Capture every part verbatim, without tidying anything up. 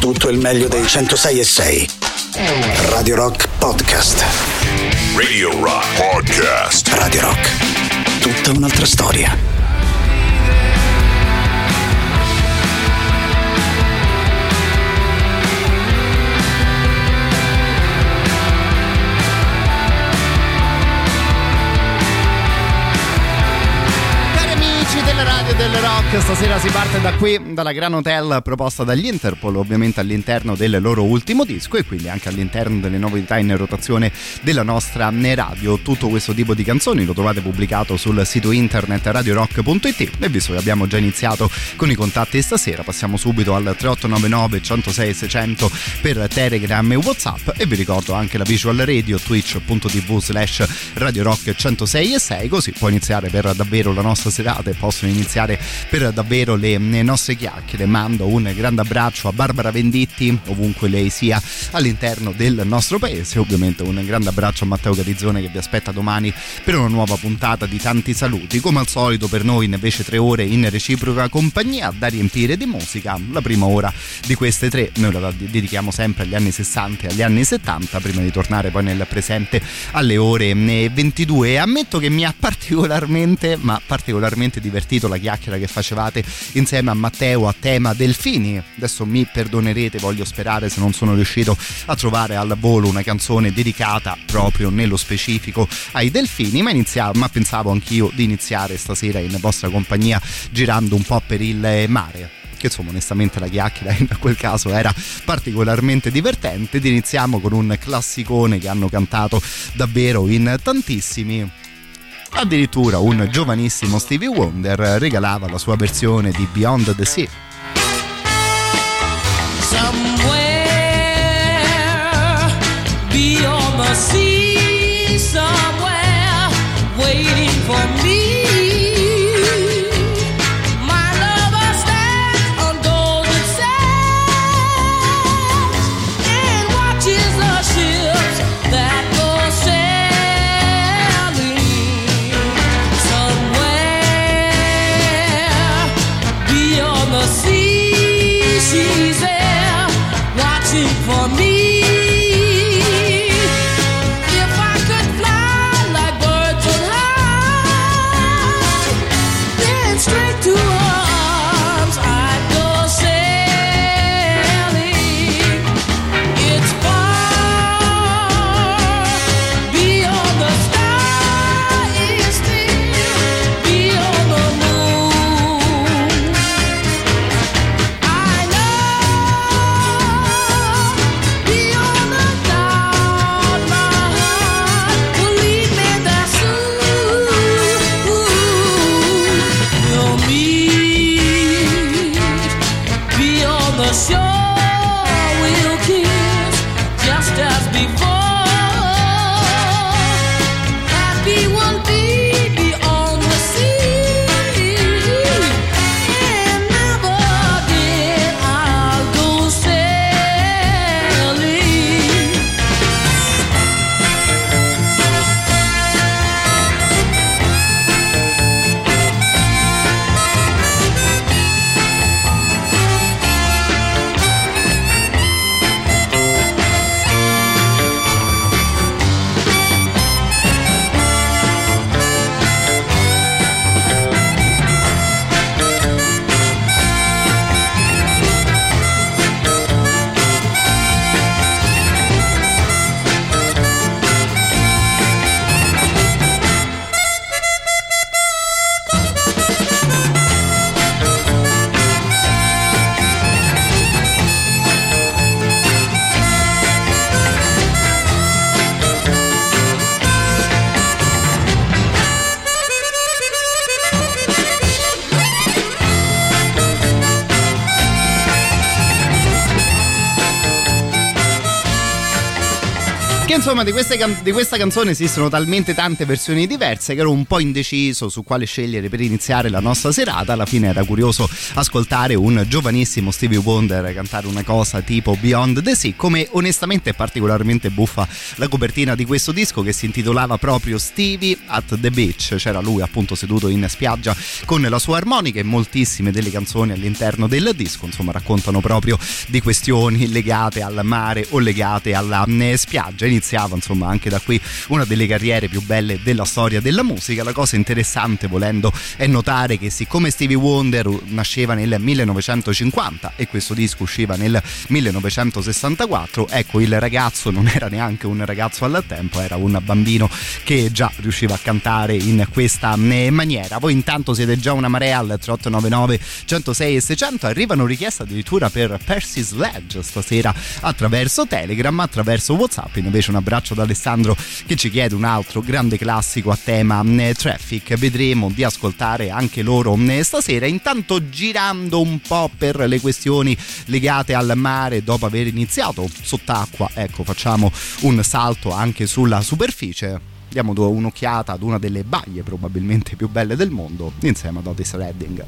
tutto il meglio dei centosei e sei. Radio Rock Podcast. Radio Rock Podcast. Radio Rock. Tutta un'altra storia. Della radio del rock, stasera si parte da qui, dalla Gran Hotel proposta dagli Interpol, ovviamente all'interno del loro ultimo disco e quindi anche all'interno delle novità in rotazione della nostra radio. Tutto questo tipo di canzoni lo trovate pubblicato sul sito internet radio rock punto it e visto che abbiamo già iniziato con i contatti stasera passiamo subito al tre otto nove nove centosei seicento per Telegram e WhatsApp e vi ricordo anche la visual radio twitch punto tv slash radio rock centosei e sei, così può iniziare per davvero la nostra serata e possono iniziare per davvero le, le nostre chiacchiere. Mando un grande abbraccio a Barbara Venditti ovunque lei sia all'interno del nostro paese, ovviamente un grande abbraccio a Matteo Catizzone che vi aspetta domani per una nuova puntata di tanti saluti. Come al solito per noi invece tre ore in reciproca compagnia da riempire di musica. La prima ora di queste tre noi la dedichiamo sempre agli anni sessanta e agli anni settanta prima di tornare poi nel presente alle ore ventidue. Ammetto che mi ha particolarmente ma particolarmente divertito la chiacchiera che facevate insieme a Matteo a tema delfini. Adesso mi perdonerete, voglio sperare se non sono riuscito a trovare al volo una canzone dedicata proprio nello specifico ai delfini, ma, iniziavo, ma pensavo anch'io di iniziare stasera in vostra compagnia girando un po' per il mare, che insomma onestamente la chiacchiera in quel caso era particolarmente divertente. Ed iniziamo con un classicone che hanno cantato davvero in tantissimi. Addirittura un giovanissimo Stevie Wonder regalava la sua versione di Beyond the Sea. Somewhere beyond the sea, somewhere waiting for me. For me, if I could fly like birds on high, then straight to her arms I'd go sailing. It's far beyond the sky, it's still beyond the moon. I know. The shore will kiss just as before. Happy will be beyond the sea, and never again I'll go sailing. insomma di, queste can- di questa canzone esistono talmente tante versioni diverse che ero un po' indeciso su quale scegliere per iniziare la nostra serata. Alla fine era curioso ascoltare un giovanissimo Stevie Wonder cantare una cosa tipo Beyond the Sea, come onestamente è particolarmente buffa la copertina di questo disco che si intitolava proprio Stevie at the Beach. C'era lui appunto seduto in spiaggia con la sua armonica, e moltissime delle canzoni all'interno del disco insomma raccontano proprio di questioni legate al mare o legate alla spiaggia. Iniziava insomma anche da qui una delle carriere più belle della storia della musica. La cosa interessante, volendo, è notare che siccome Stevie Wonder nasceva nel millenovecentocinquanta e questo disco usciva nel millenovecentosessantaquattro, ecco, il ragazzo non era neanche un ragazzo al tempo, era un bambino che già riusciva a cantare in questa maniera. Voi intanto siete già una marea al tre otto nove nove centosei e seicento, arrivano richieste addirittura per Percy Sledge stasera attraverso Telegram, attraverso WhatsApp. Invece un abbraccio da Alessandro che ci chiede un altro grande classico a tema eh, Traffic. Vedremo di ascoltare anche loro eh, stasera. Intanto, girando un po' per le questioni legate al mare, dopo aver iniziato sott'acqua, ecco, facciamo un salto anche sulla superficie. Diamo un'occhiata ad una delle baie probabilmente più belle del mondo insieme ad Otis Redding.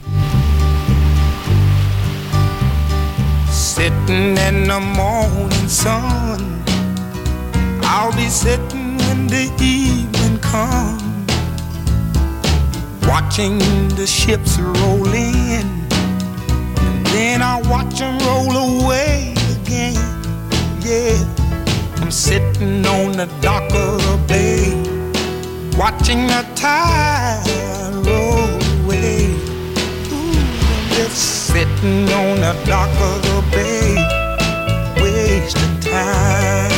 Sitting in the morning sun, I'll be sitting when the evening comes, watching the ships roll in, and then I'll watch them roll away again. Yeah, I'm sitting on the dock of the bay, watching the tide roll away. Ooh, I'm just sitting on the dock of the bay, wasting time.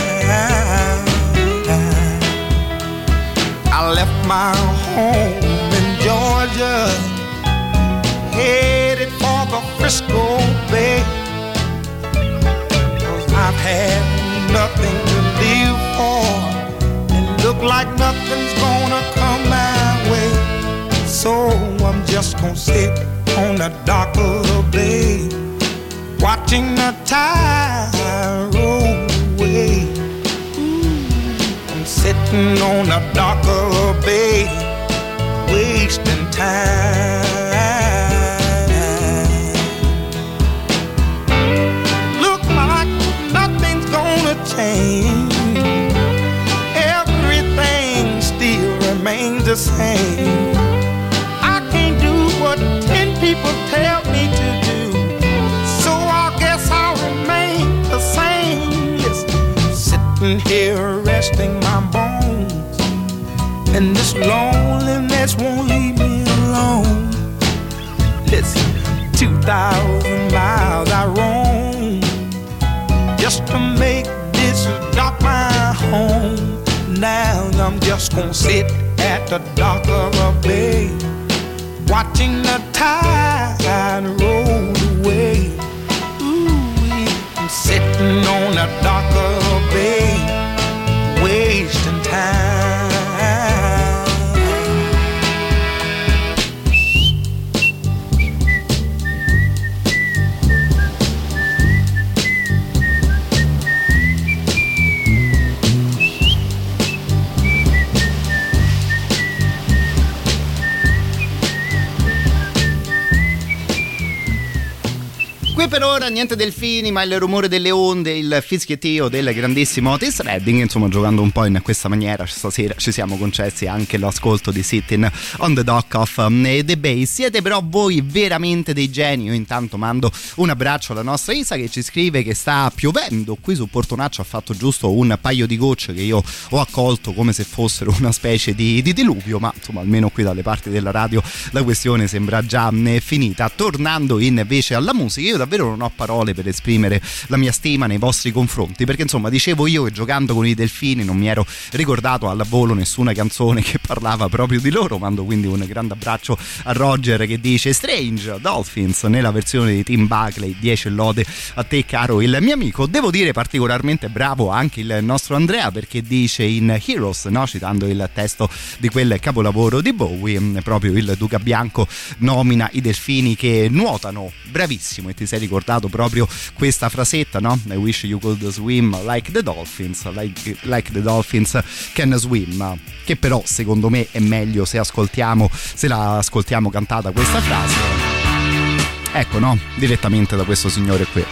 I left my home in Georgia, headed for the Frisco Bay, 'cause I've had nothing to live for, and look like nothing's gonna come my way. So I'm just gonna sit on the dock of the bay, watching the tide roll away. I'm sitting on the dock of the bay, wasting time. Look like nothing's gonna change, everything still remains the same. I can't do what ten people tell me to do, so I guess I'll remain the same. Yes, sitting here resting my bones, and this loneliness won't leave me alone. Listen, two thousand miles I roam just to make this dock my home. Now I'm just gonna sit at the dock of a bay, watching the tide roll away. Ooh, I'm sitting on the dock of a bay, wasting time. Qui per ora niente delfini, ma il rumore delle onde, il fischiettio del grandissimo Otis Redding. Insomma, giocando un po' in questa maniera, stasera ci siamo concessi anche l'ascolto di Sitting on the Dock of the Bay. Siete però voi veramente dei geni. Io intanto mando un abbraccio alla nostra Isa che ci scrive che sta piovendo. Qui su Portonaccio ha fatto giusto un paio di gocce che io ho accolto come se fossero una specie di, di diluvio, ma insomma almeno qui dalle parti della radio la questione sembra già finita. Tornando invece alla musica, io davvero non ho parole per esprimere la mia stima nei vostri confronti, perché insomma dicevo io che giocando con i delfini non mi ero ricordato al volo nessuna canzone che parlava proprio di loro. Mando quindi un grande abbraccio a Roger che dice Strange Dolphins nella versione di Tim Buckley. Dieci lode a te caro il mio amico. Devo dire particolarmente bravo anche il nostro Andrea, perché dice in Heroes, no? Citando il testo di quel capolavoro di Bowie, proprio il Duca Bianco nomina i delfini che nuotano. Bravissimo, e ti sei ricordato ricordato proprio questa frasetta, no? I wish you could swim like the dolphins, like, like the dolphins can swim, che però secondo me è meglio se ascoltiamo, se la ascoltiamo cantata questa frase, ecco, no? Direttamente da questo signore qui.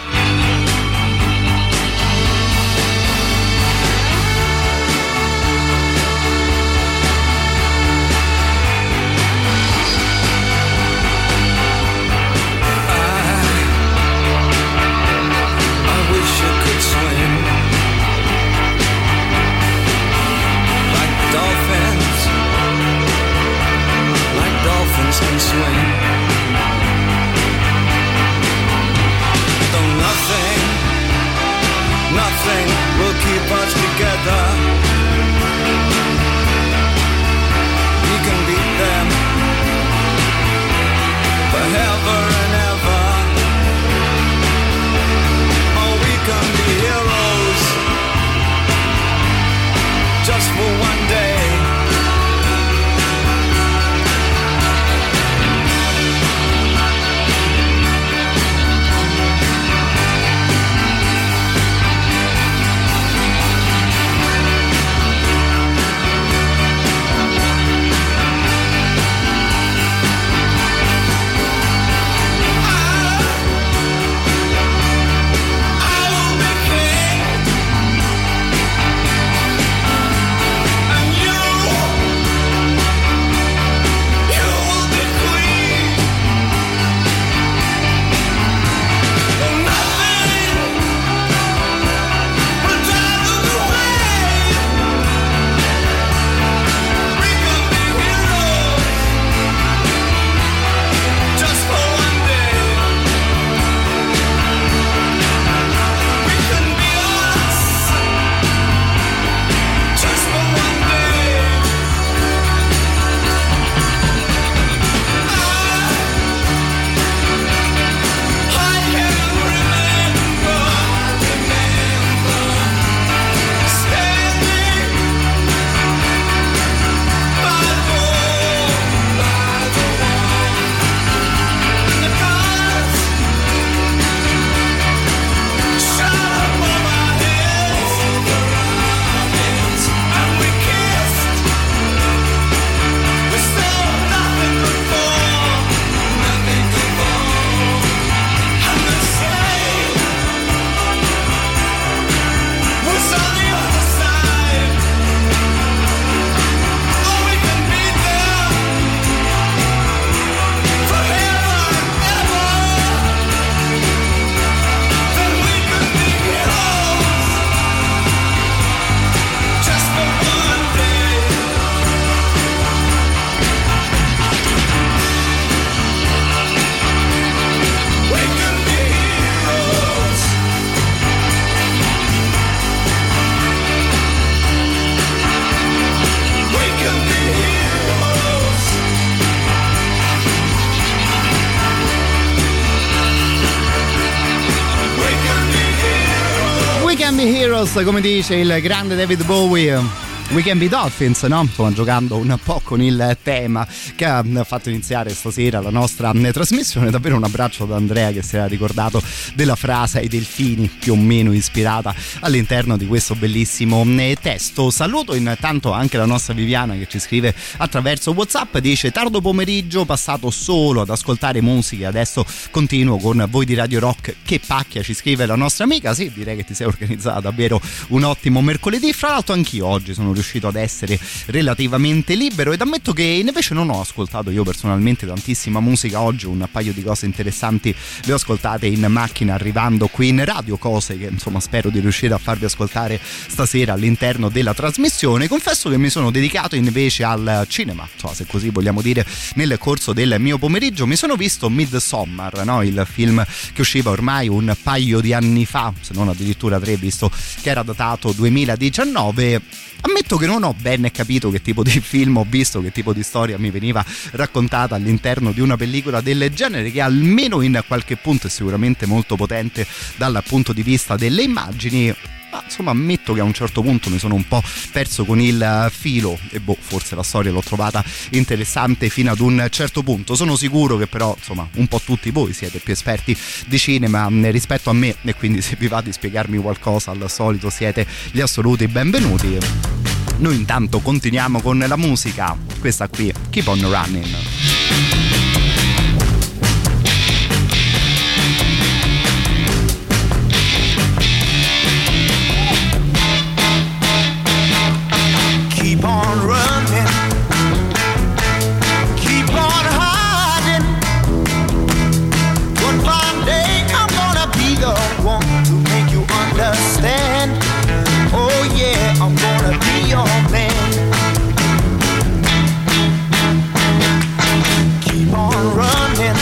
Heroes, come dice il grande David Bowie. We Can Be Dolphins, no? Insomma, giocando un po' con il tema che ha fatto iniziare stasera la nostra trasmissione. Davvero un abbraccio ad Andrea che si era ricordato della frase ai delfini, più o meno ispirata all'interno di questo bellissimo testo. Saluto intanto anche la nostra Viviana che ci scrive attraverso WhatsApp, dice: tardo pomeriggio passato solo ad ascoltare musica, adesso continuo con voi di Radio Rock, che pacchia, ci scrive la nostra amica. Sì, direi che ti sei organizzata davvero un ottimo mercoledì. Fra l'altro anch'io oggi sono riuscito ad essere relativamente libero ed ammetto che invece non ho ascoltato io personalmente tantissima musica oggi. Un paio di cose interessanti le ho ascoltate in macchina arrivando qui in radio, cose che insomma spero di riuscire a farvi ascoltare stasera all'interno della trasmissione. Confesso che mi sono dedicato invece al cinema, insomma, se così vogliamo dire, nel corso del mio pomeriggio. Mi sono visto Midsommar, no? Il film che usciva ormai un paio di anni fa, se non addirittura tre, visto che era datato duemiladiciannove. Ammetto che non ho ben capito che tipo di film ho visto, che tipo di storia mi veniva raccontata all'interno di una pellicola del genere, che almeno in qualche punto è sicuramente molto potente dal punto di vista delle immagini. ma insomma ammetto che a un certo punto mi sono un po' perso con il filo e boh, forse la storia l'ho trovata interessante fino ad un certo punto. Sono sicuro che però insomma un po' tutti voi siete più esperti di cinema rispetto a me, e quindi se vi va di spiegarmi qualcosa al solito siete gli assoluti benvenuti. Noi intanto continuiamo con la musica, questa qui, Keep on Running. Keep on running, keep on hiding. One fine day I'm gonna be the one to make you understand. Oh yeah, I'm gonna be your man. Keep on running,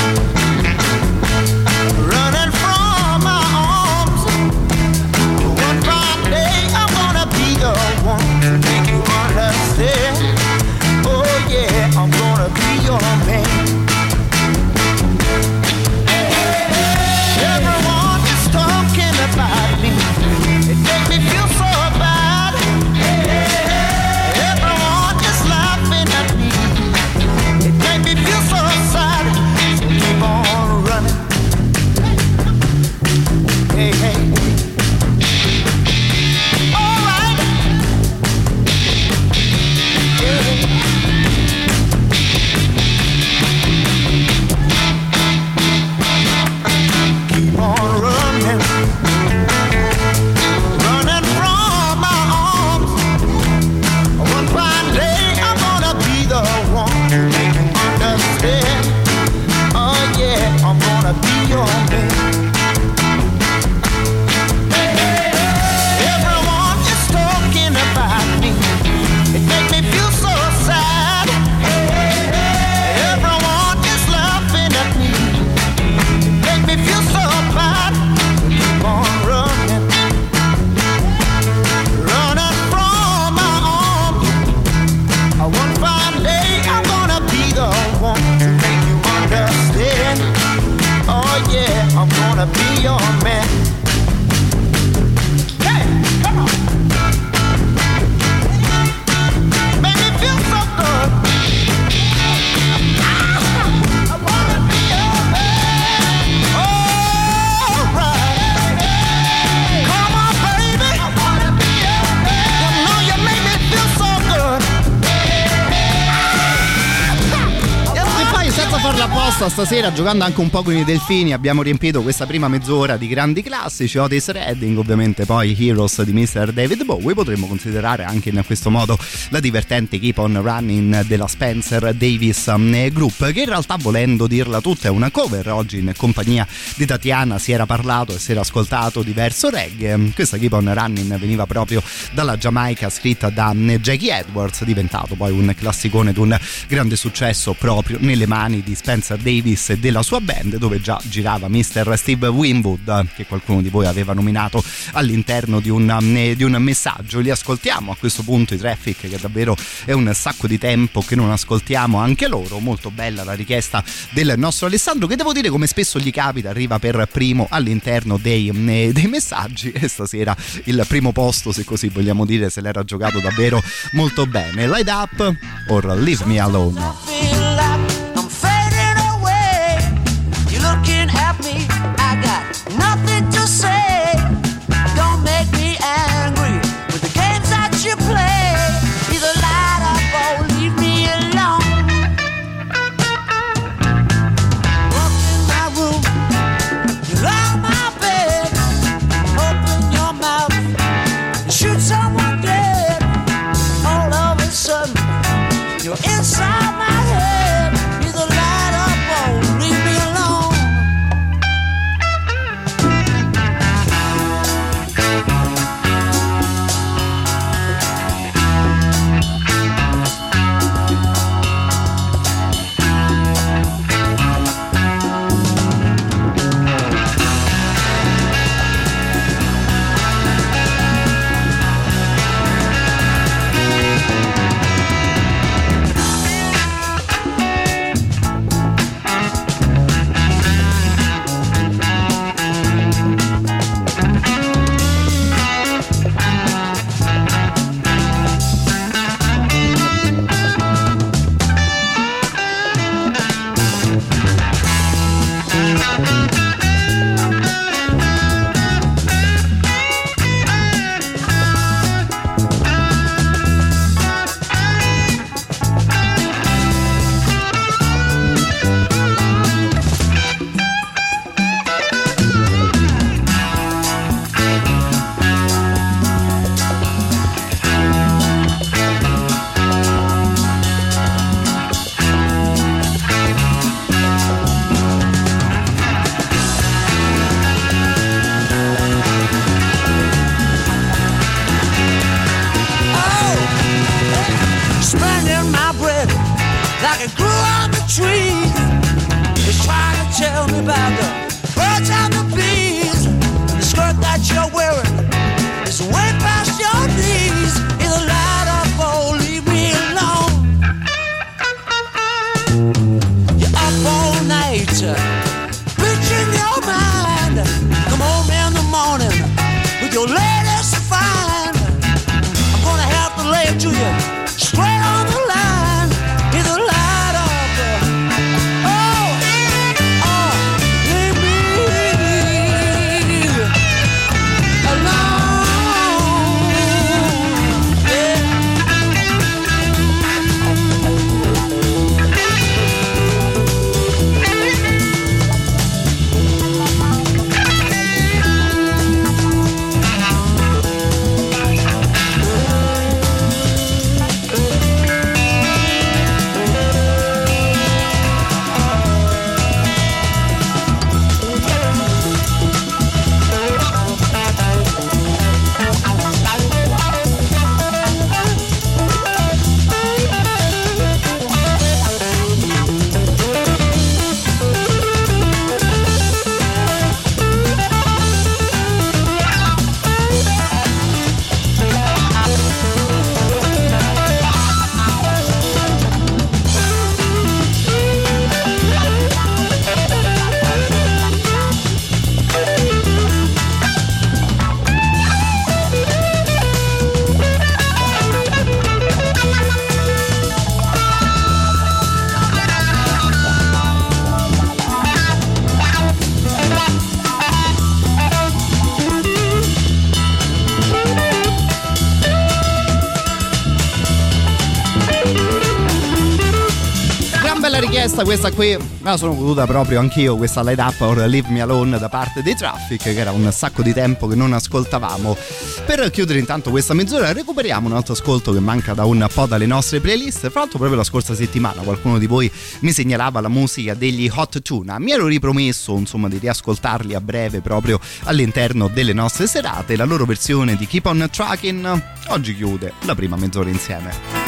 running from my arms. One fine day I'm gonna be the one to make you understand. Oh yeah, I'm gonna be your man. Everyone is talking about me. It makes me feel so bad. Everyone is laughing at me. It makes me feel so sad. So keep on running. Hey, hey. Be your man. Hey, come on. Make me feel so good. I wanna be your man. All right. Come on, baby. I wanna be your man. You know you make me feel so good. E poi senza farla apposta stasera, giocando anche un po' con i delfini, abbiamo riempito questa prima mezz'ora di grandi classici. Otis Redding, ovviamente poi Heroes di mister David Bowie. Potremmo considerare anche in questo modo la divertente Keep on Running della Spencer Davis Group, che in realtà, volendo dirla tutta, è una cover. Oggi in compagnia di Tatiana si era parlato e si era ascoltato diverso reggae. Questa Keep on Running veniva proprio dalla Giamaica, scritta da Jackie Edwards, diventato poi un classicone di un grande successo proprio nelle mani di Spencer Davis e della sua band, dove già girava mister Steve Winwood, che qualcuno di voi aveva nominato all'interno di un, di un messaggio. Li ascoltiamo a questo punto i Traffic, che davvero è un sacco di tempo che non ascoltiamo anche loro. Molto bella la richiesta del nostro Alessandro, che devo dire, come spesso gli capita, arriva per primo all'interno dei, dei messaggi, e stasera il primo posto, se così vogliamo dire, se l'era giocato davvero molto bene. Light Up or Leave Me Alone. Looking at me, I got nothing to say. Don't make me angry with the games that you play. Either light up or leave me alone. Walk in my room, you lie on my bed. Open your mouth and shoot someone dead. All of a sudden, you're inside my head. spending my breath like it grew on the tree. It's trying to tell me about the birds and the bees. The skirt that you're wearing is way past your knees. Either light up or leave me alone. You're up all night, bitching your mind. Come home in the morning with your latest find. I'm gonna have to lay it to you straight on the line. Either light up oh, oh, leave me alone. Yeah. Richiesta questa qui, me la sono goduta proprio anch'io, questa Light Up or Leave Me Alone da parte dei Traffic, che era un sacco di tempo che non ascoltavamo. Per chiudere intanto questa mezz'ora recuperiamo un altro ascolto che manca da un po' dalle nostre playlist. Fra l'altro proprio la scorsa settimana qualcuno di voi mi segnalava la musica degli Hot Tuna, mi ero ripromesso insomma di riascoltarli a breve proprio all'interno delle nostre serate. La loro versione di Keep on Trucking oggi chiude la prima mezz'ora insieme.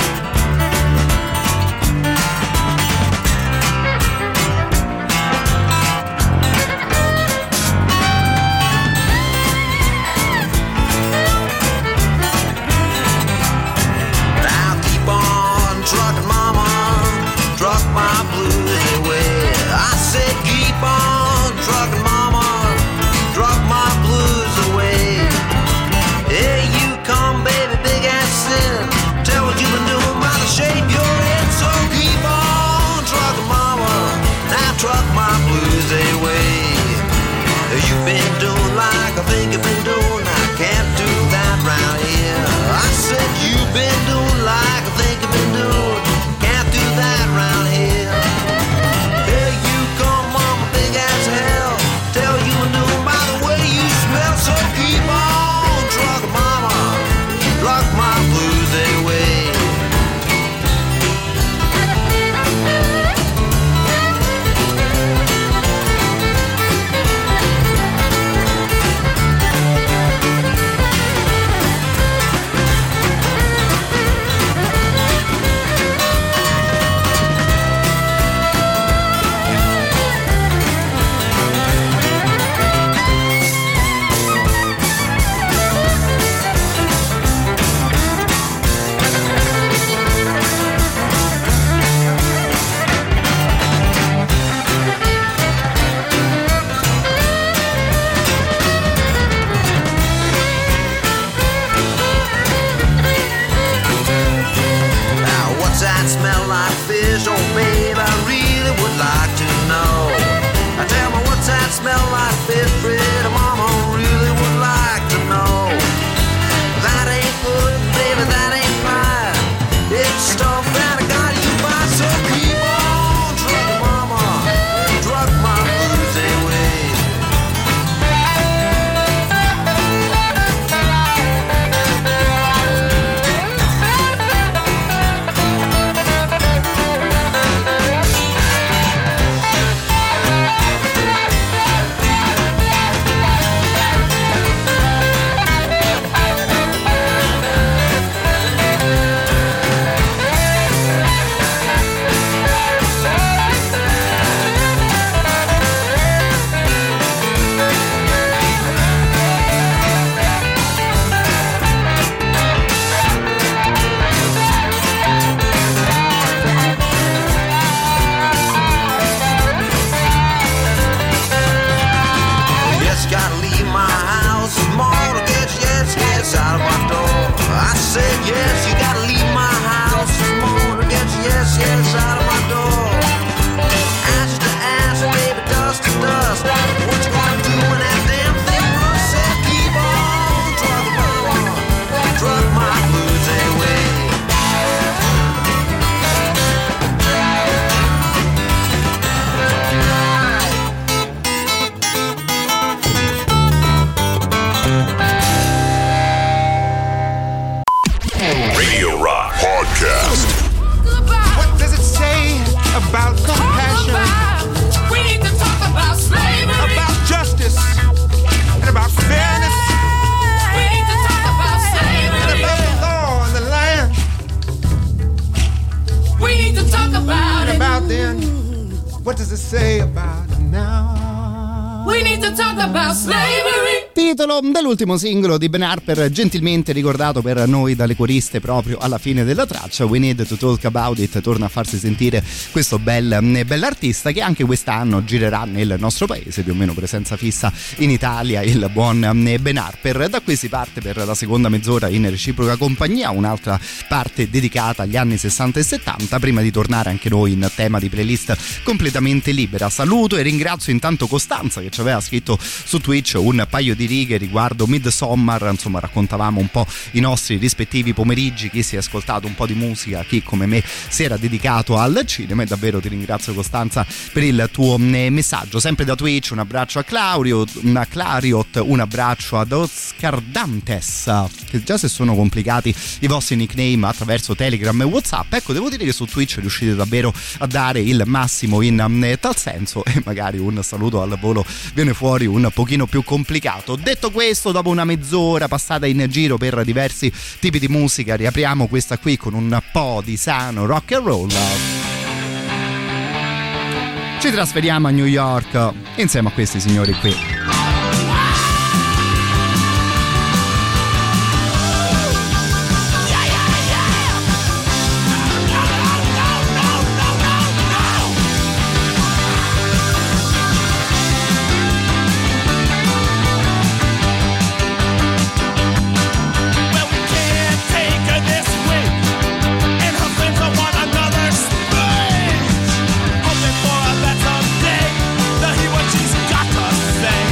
said yes, you gotta leave my house this morning. Gets yes, yes out of my door. Ash to ash, baby, dust to dust. What you gonna do when that damn thing runs? Said keep on trucking on, truck my blues away. Radio Rock Podcast. What does it say about compassion? We need to talk about slavery. About justice and about fairness We need to talk about and slavery. about the law and the land. We need to talk about And it. about then, what does it say about it now? We need to talk about slavery. Titolo dell'ultimo singolo di Ben Harper, gentilmente ricordato per noi dalle coriste proprio alla fine della traccia. We Need to Talk About It torna a farsi sentire questo bel, bell'artista che anche quest'anno girerà nel nostro paese, più o meno presenza fissa in Italia, il buon Ben Harper. Da qui si parte per la seconda mezz'ora in reciproca compagnia, un'altra parte dedicata agli anni sessanta e settanta, prima di tornare anche noi in tema di playlist completamente libera. Saluto e ringrazio intanto Costanza che ci aveva scritto su Twitch un paio di righe riguardo Midsommar, insomma raccontavamo un po' i nostri rispettivi pomeriggi, chi si è ascoltato un po' di musica, chi come me si era dedicato al cinema, e davvero ti ringrazio Costanza per il tuo messaggio. Sempre da Twitch un abbraccio a Claudio, a Clariot, un abbraccio ad Oscar Dantes, che già se sono complicati i vostri nickname attraverso Telegram e WhatsApp, ecco devo dire che su Twitch riuscite davvero a dare il massimo in tal senso, e magari un saluto al volo viene fuori un pochino più complicato. Detto questo, dopo una mezz'ora passata in giro per diversi tipi di musica, riapriamo questa qui con un po' di sano rock and roll. Ci trasferiamo a New York insieme a questi signori qui. Hoping for a better day, to hear what she's got to say.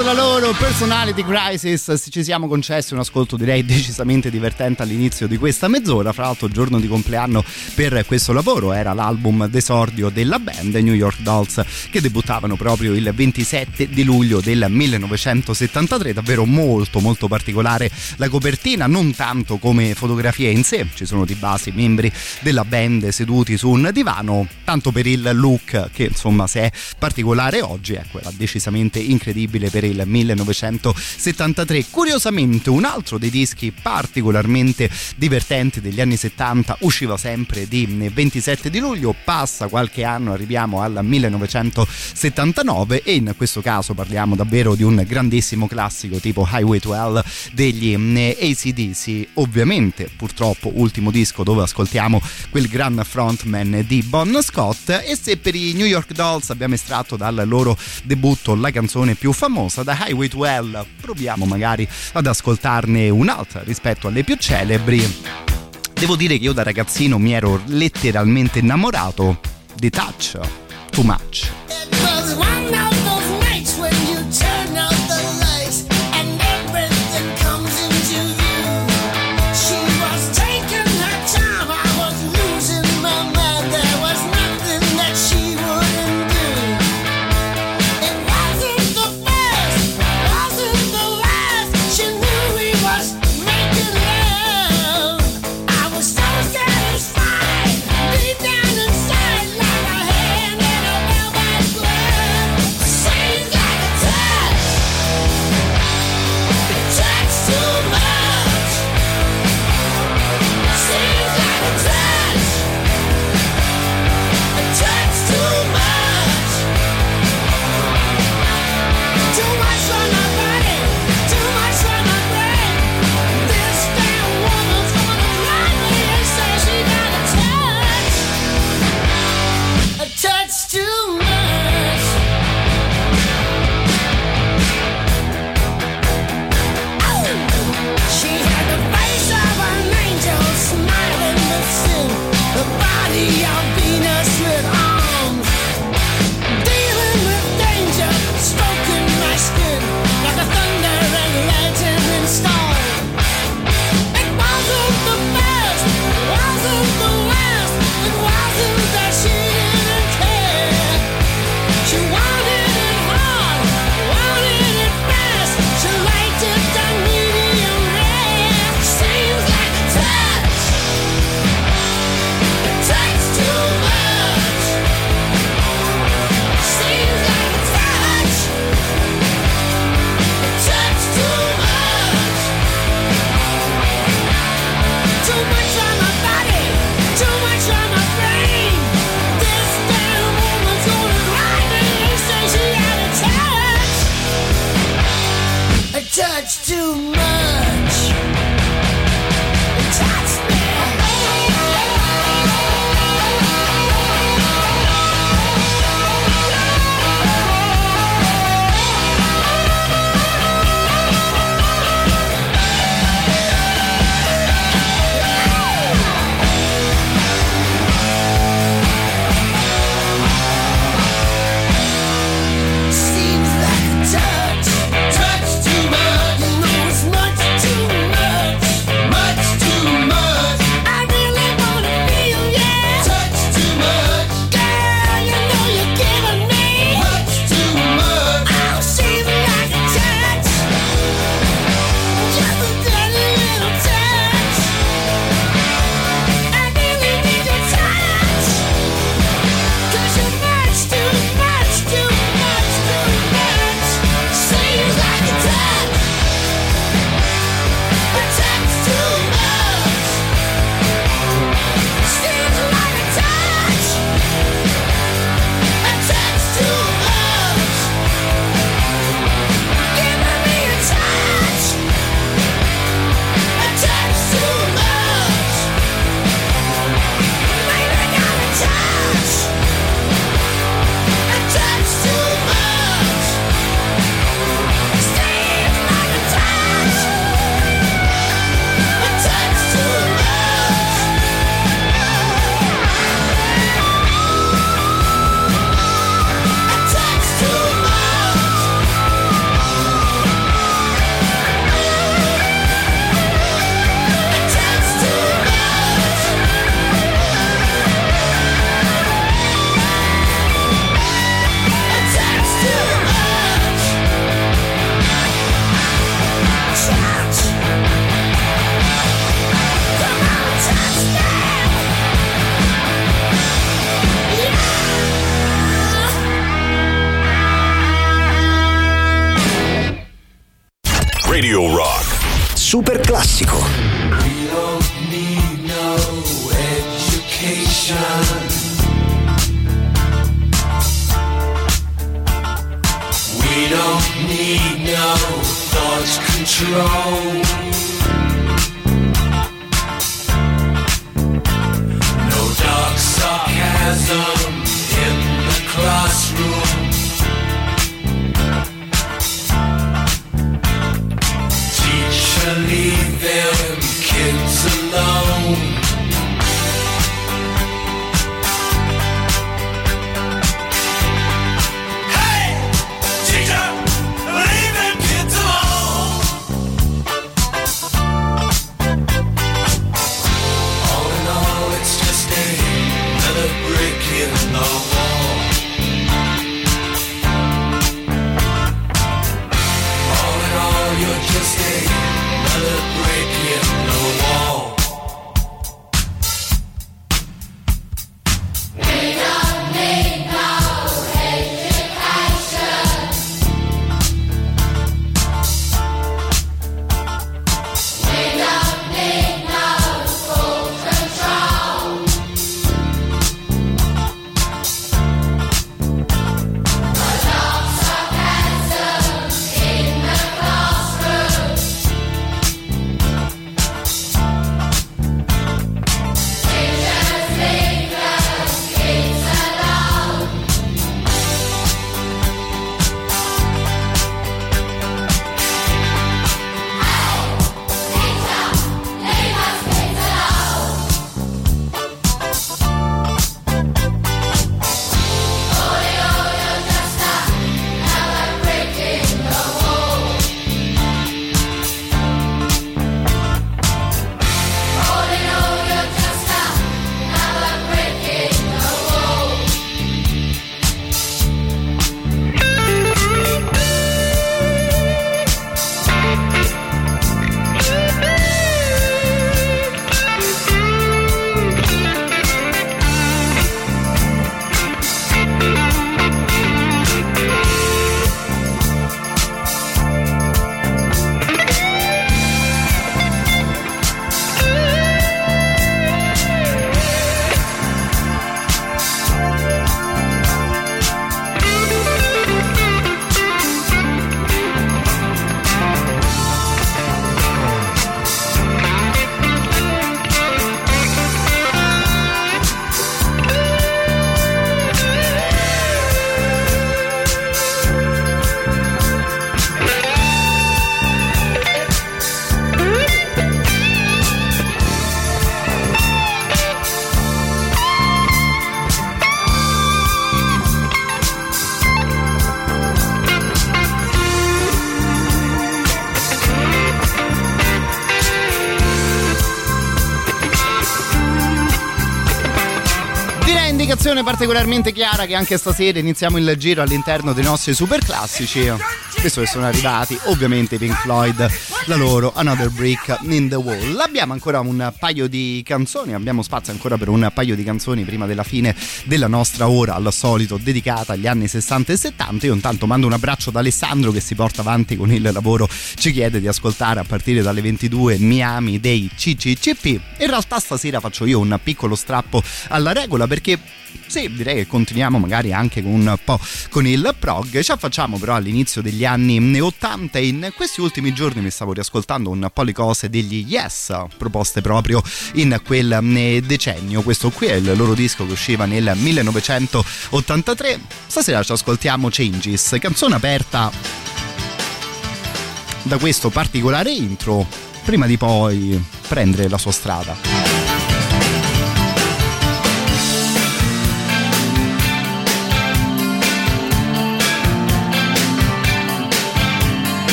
la loro Personality Crisis. Ci siamo concessi un ascolto direi decisamente divertente all'inizio di questa mezz'ora. Fra l'altro giorno di compleanno per questo lavoro, era l'album d'esordio della band New York Dolls, che debuttavano proprio il ventisette di luglio del millenovecentosettantatré. Davvero molto molto particolare la copertina, non tanto come fotografia in sé, ci sono di base i membri della band seduti su un divano, tanto per il look che insomma se è particolare oggi, ecco, era decisamente incredibile per il millenovecentosettantatré. Curiosamente un altro dei dischi particolarmente divertenti degli anni settanta usciva sempre di ventisette di luglio, passa qualche anno, arriviamo al millenovecentosettantanove e in questo caso parliamo davvero di un grandissimo classico tipo Highway to Hell degli A C D C, ovviamente purtroppo ultimo disco dove ascoltiamo quel gran frontman di Bon Scott. E se per i New York Dolls abbiamo estratto dal loro debutto la canzone più famosa, da Highway to Hell proviamo magari ad ascoltarne un'altra rispetto alle più celebri. Devo dire che io da ragazzino mi ero letteralmente innamorato di Touch Too Much. It was one of those nights when you turn out the lights and everything comes into view. She was taking her time, I was losing my mind. There was nothing that she wouldn't do. It wasn't the first, wasn't the last. She knew we was making love. I was so satisfied, deep down inside, like a hand in a velvet glove. Seems like a touch, a touch too much. Seems like a touch, a touch too much. Too much on my body, too much on my brain. This damn woman's gonna drive me insane. She got a touch, a touch too much. Oh, she had the face of an angel, smiling with sin, the body of Venus with arms, dealing with danger, stroking my skin like a thunder and lightning storm. It wasn't the first, it wasn't the last. It wasn't that she didn't care. She wanted it hard, wanted it fast. She liked it done medium rare. Seems like a touch, a touch too much. Seems like a touch, a touch too much. Too much on my body, too much on my brain. This damn woman's gonna drive me insane. She had a touch, a touch too much. It touched me. Seems like a touch, touch too much. You know it's much Radio Rock. Super classico. We don't need no education. We don't need no thought control. No dark sarcasm in the classroom. Teacher, leave them kids alone. Particolarmente chiara che anche stasera iniziamo il giro all'interno dei nostri super classici. Questo che sono arrivati ovviamente i Pink Floyd, la loro Another Brick in the Wall. Abbiamo ancora un paio di canzoni, abbiamo spazio ancora per un paio di canzoni prima della fine della nostra ora, al solito dedicata agli anni sessanta e settanta. Io intanto mando un abbraccio ad Alessandro che si porta avanti con il lavoro, ci chiede di ascoltare a partire dalle ventidue Miami dei C C C P. In realtà stasera faccio io un piccolo strappo alla regola perché sì, direi che continuiamo magari anche con un po' con il prog. Ci affacciamo però all'inizio degli anni ottanta e in questi ultimi giorni mi stavo riascoltando un po' le cose degli Yes proposte proprio in quel decennio. Questo qui è il loro disco che usciva nel millenovecentottantatré. Stasera ci ascoltiamo Changes, canzone aperta da questo particolare intro prima di poi prendere la sua strada.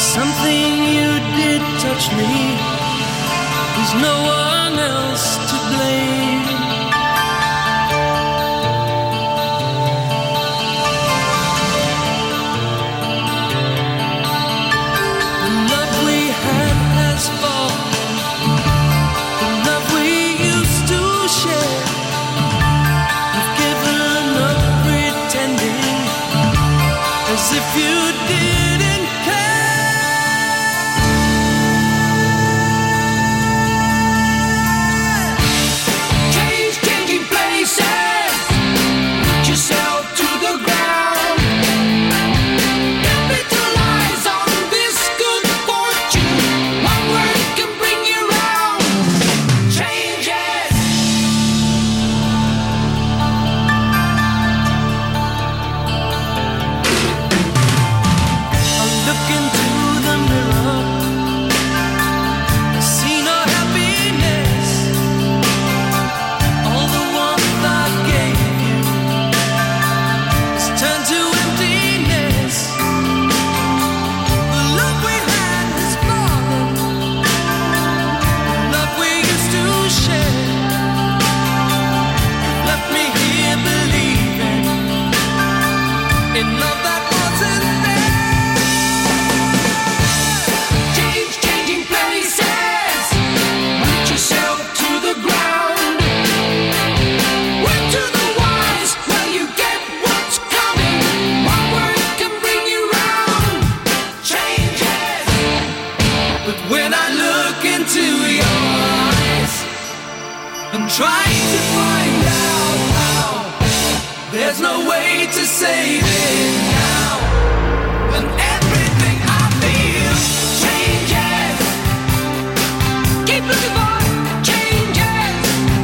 Something you did touch me. There's no one else to and trying to find out how. There's no way to save it now. When everything I feel changes. Keep looking for changes.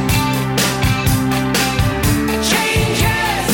Changes.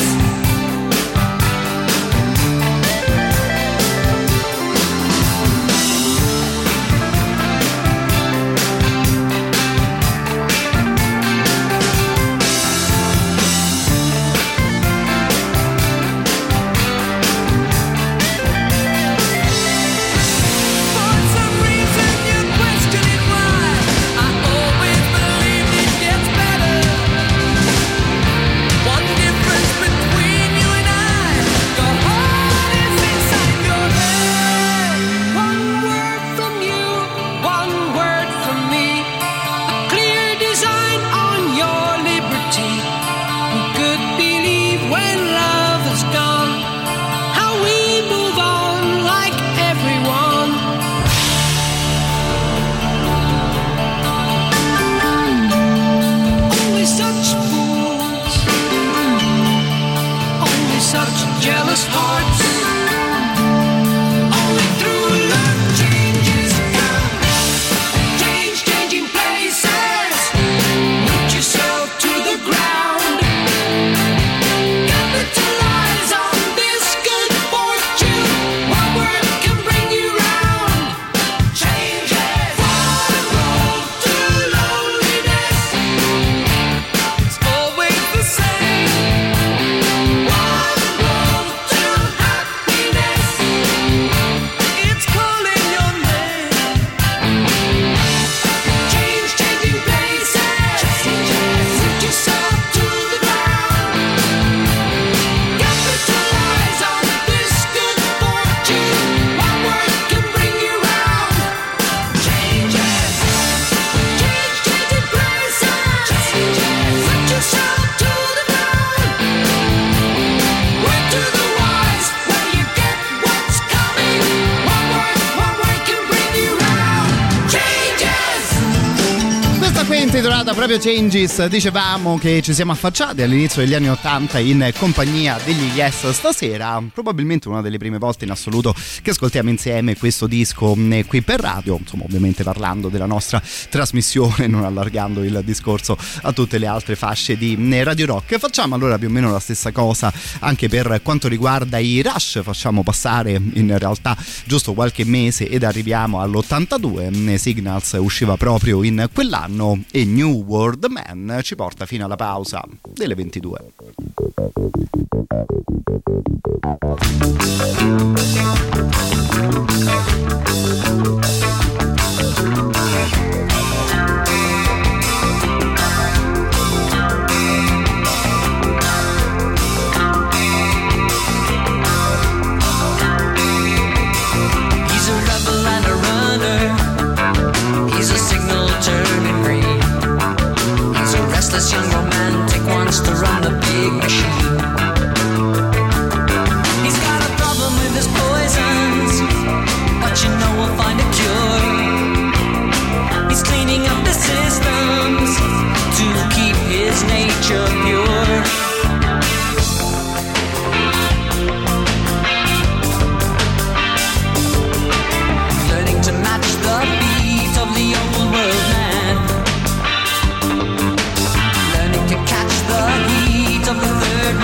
Jealous hearts. Only through love changes come. Change, changing places. Root yourself to the ground. Capitalize on this good fortune. One word can bring you round. Changes. One road to loneliness. It's always the same. One road to happiness. It's calling your name. Change, changing places. Root yourself to the ground. Capitalize on this good fortune. One word can bring you round. Changes. Change, changing places. Root yourself to the ground. Word to the wise, where you get what's coming. One word, one word can bring you round. Changes. Questa qui è intitolata proprio Changes. Dicevamo che ci siamo affacciati all'inizio degli anni ottanta in compagnia degli Yes stasera, probabilmente una delle prime volte in assoluto che ascoltiamo insieme questo disco eh, qui per radio, insomma ovviamente parlando della nostra trasmissione, non allargando il discorso a tutte le altre fasce di eh, Radio Rock. Facciamo allora più o meno la stessa cosa anche per quanto riguarda i Rush, facciamo passare in realtà giusto qualche mese ed arriviamo all'ottantadue. eh, Signals usciva proprio in quell'anno e New World Man ci porta fino alla pausa delle ventidue. He's a rebel and a runner. He's a signal turning green. He's a restless young romantic, wants to run the big machine. He's got a problem with his poisons, but you know we'll find a cure. He's cleaning up the systems to keep his nature pure. Learning to match the beat of the old world man. Learning to catch the heat of the third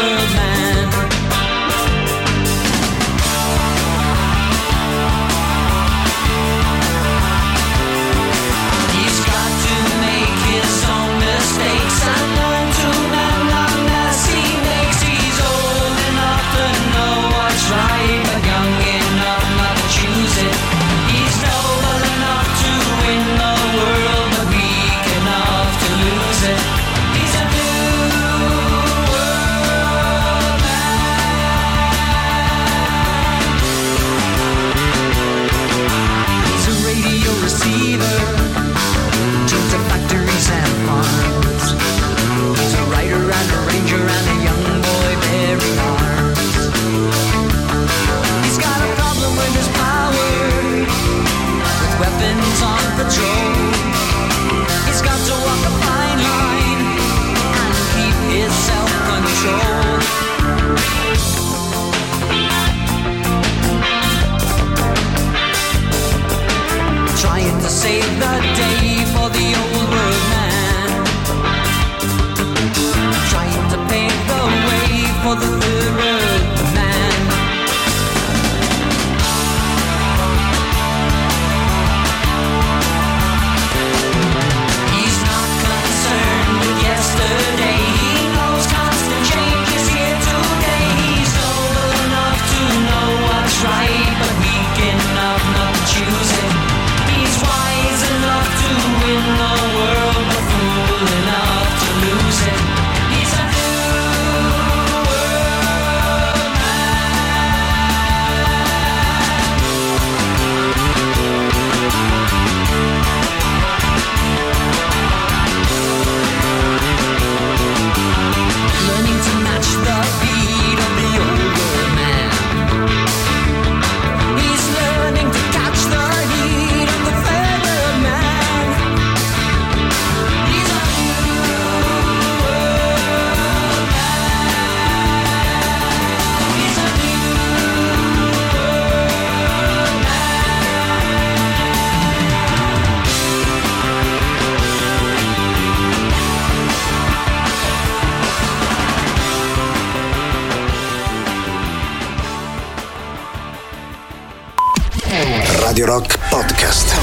Radio Rock Podcast.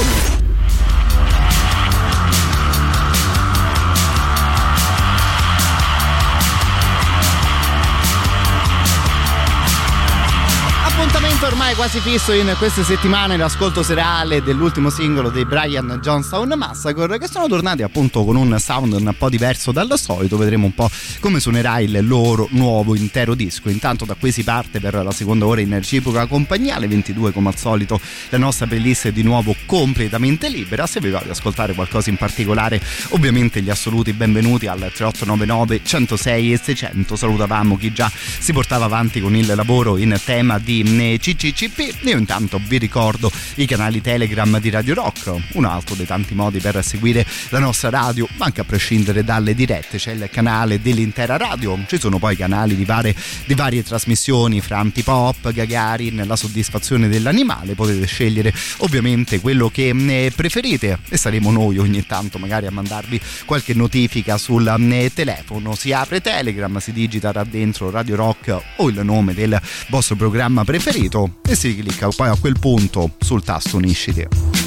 Appuntamento ormai quasi fisso in queste settimane, l'ascolto serale dell'ultimo singolo dei Brian Jonestown Massacre, che sono tornati appunto con un sound un po' diverso dal solito. Vedremo un po' come suonerà il loro nuovo intero disco. Intanto da qui si parte per la seconda ora in reciproca compagnia. Alle ventidue, come al solito, la nostra playlist è di nuovo completamente libera. Se vi va di ascoltare qualcosa in particolare, ovviamente gli assoluti benvenuti al tre otto nove nove, centosei e seicento. Salutavamo chi già si portava avanti con il lavoro in tema di C C C P. Io intanto vi ricordo i canali Telegram di Radio Rock, un altro dei tanti modi per seguire la nostra radio, ma anche a prescindere dalle dirette. C'è il canale dell'intera radio, ci sono poi canali di varie, di varie trasmissioni fra Antipop, Gagarin, La soddisfazione dell'animale. Potete scegliere ovviamente quello che preferite e saremo noi ogni tanto magari a mandarvi qualche notifica sul telefono. Si apre Telegram, si digita là dentro Radio Rock o il nome del vostro programma preferito e si clicca poi a quel punto sul tasto unisciti.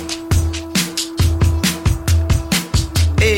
Hey.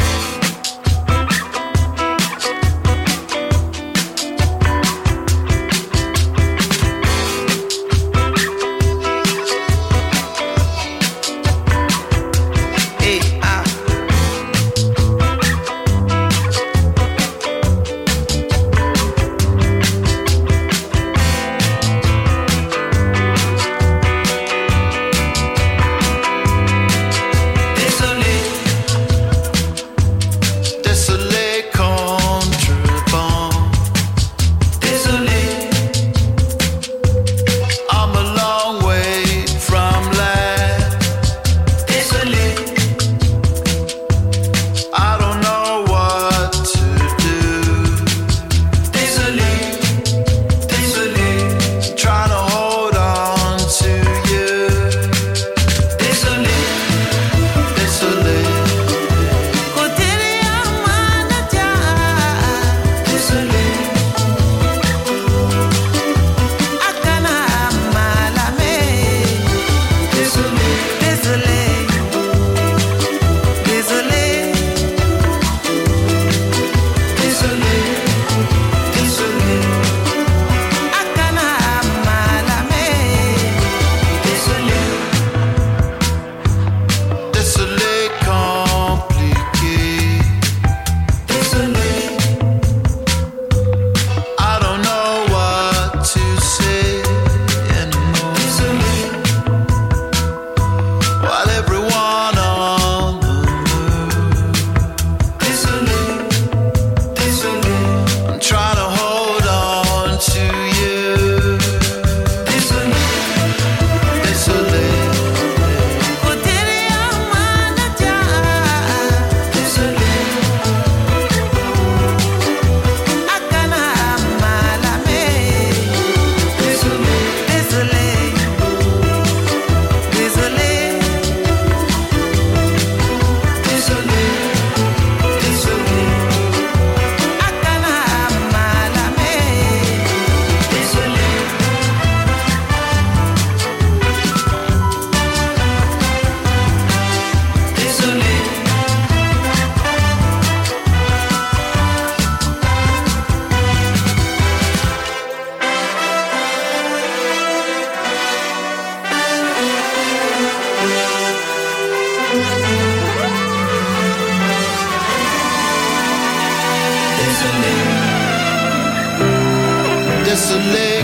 Désolé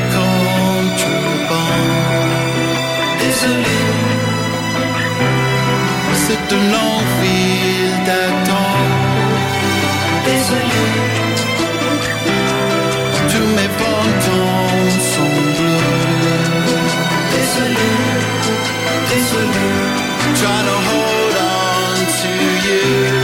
contrebande, désolé, c'est une longue file d'attente. Désolé, tous mes fantômes sont bleus. Désolé, désolé, trying to hold on to you.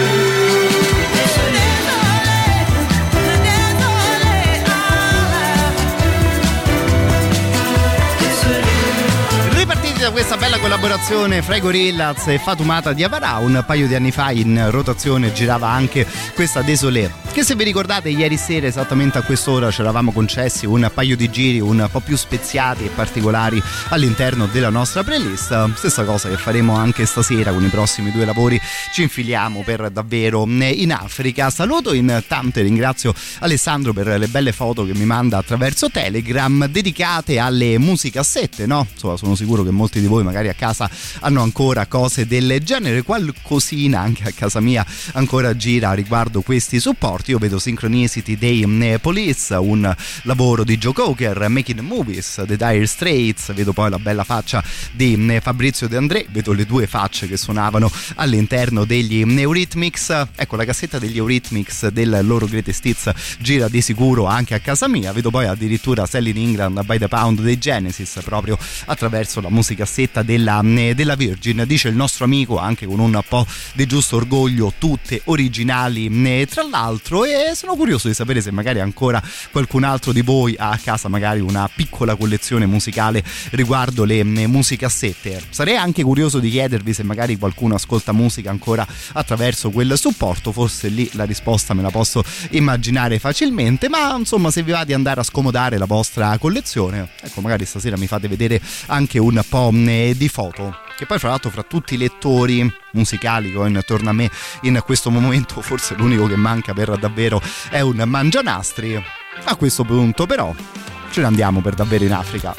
da questa bella collaborazione fra i Gorillaz e Fatoumata Diawara. Un paio di anni fa in rotazione girava anche questa Désolé, che se vi ricordate ieri sera esattamente a quest'ora ci eravamo concessi un paio di giri un po' più speziati e particolari all'interno della nostra playlist. Stessa cosa che faremo anche stasera con i prossimi due lavori, ci infiliamo per davvero in Africa. Saluto intanto e ringrazio Alessandro per le belle foto che mi manda attraverso Telegram dedicate alle musicassette, no? Insomma, sono sicuro che molti di voi magari a casa hanno ancora cose del genere, qualcosina anche a casa mia ancora gira riguardo questi supporti. Io vedo Synchronicity dei Police, un lavoro di Joe Cocker, Making Movies, The Dire Straits, vedo poi la bella faccia di Fabrizio De André, vedo le due facce che suonavano all'interno degli Eurythmics. Ecco, la cassetta degli Eurythmics del loro Greatest Hits gira di sicuro anche a casa mia. Vedo poi addirittura Selling England by the Pound dei Genesis proprio attraverso la musicassetta della, della Virgin. Dice il nostro amico, anche con un po' di giusto orgoglio, tutte originali tra l'altro, e sono curioso di sapere se magari ancora qualcun altro di voi ha a casa magari una piccola collezione musicale riguardo le musicassette. Sarei anche curioso di chiedervi se magari qualcuno ascolta musica ancora attraverso quel supporto, forse lì la risposta me la posso immaginare facilmente, ma insomma se vi va di andare a scomodare la vostra collezione, ecco, magari stasera mi fate vedere anche un po' di foto, che poi fra l'altro fra tutti i lettori musicali che ho intorno a me in questo momento forse l'unico che manca per davvero è un mangianastri. A questo punto però ce ne andiamo per davvero in Africa.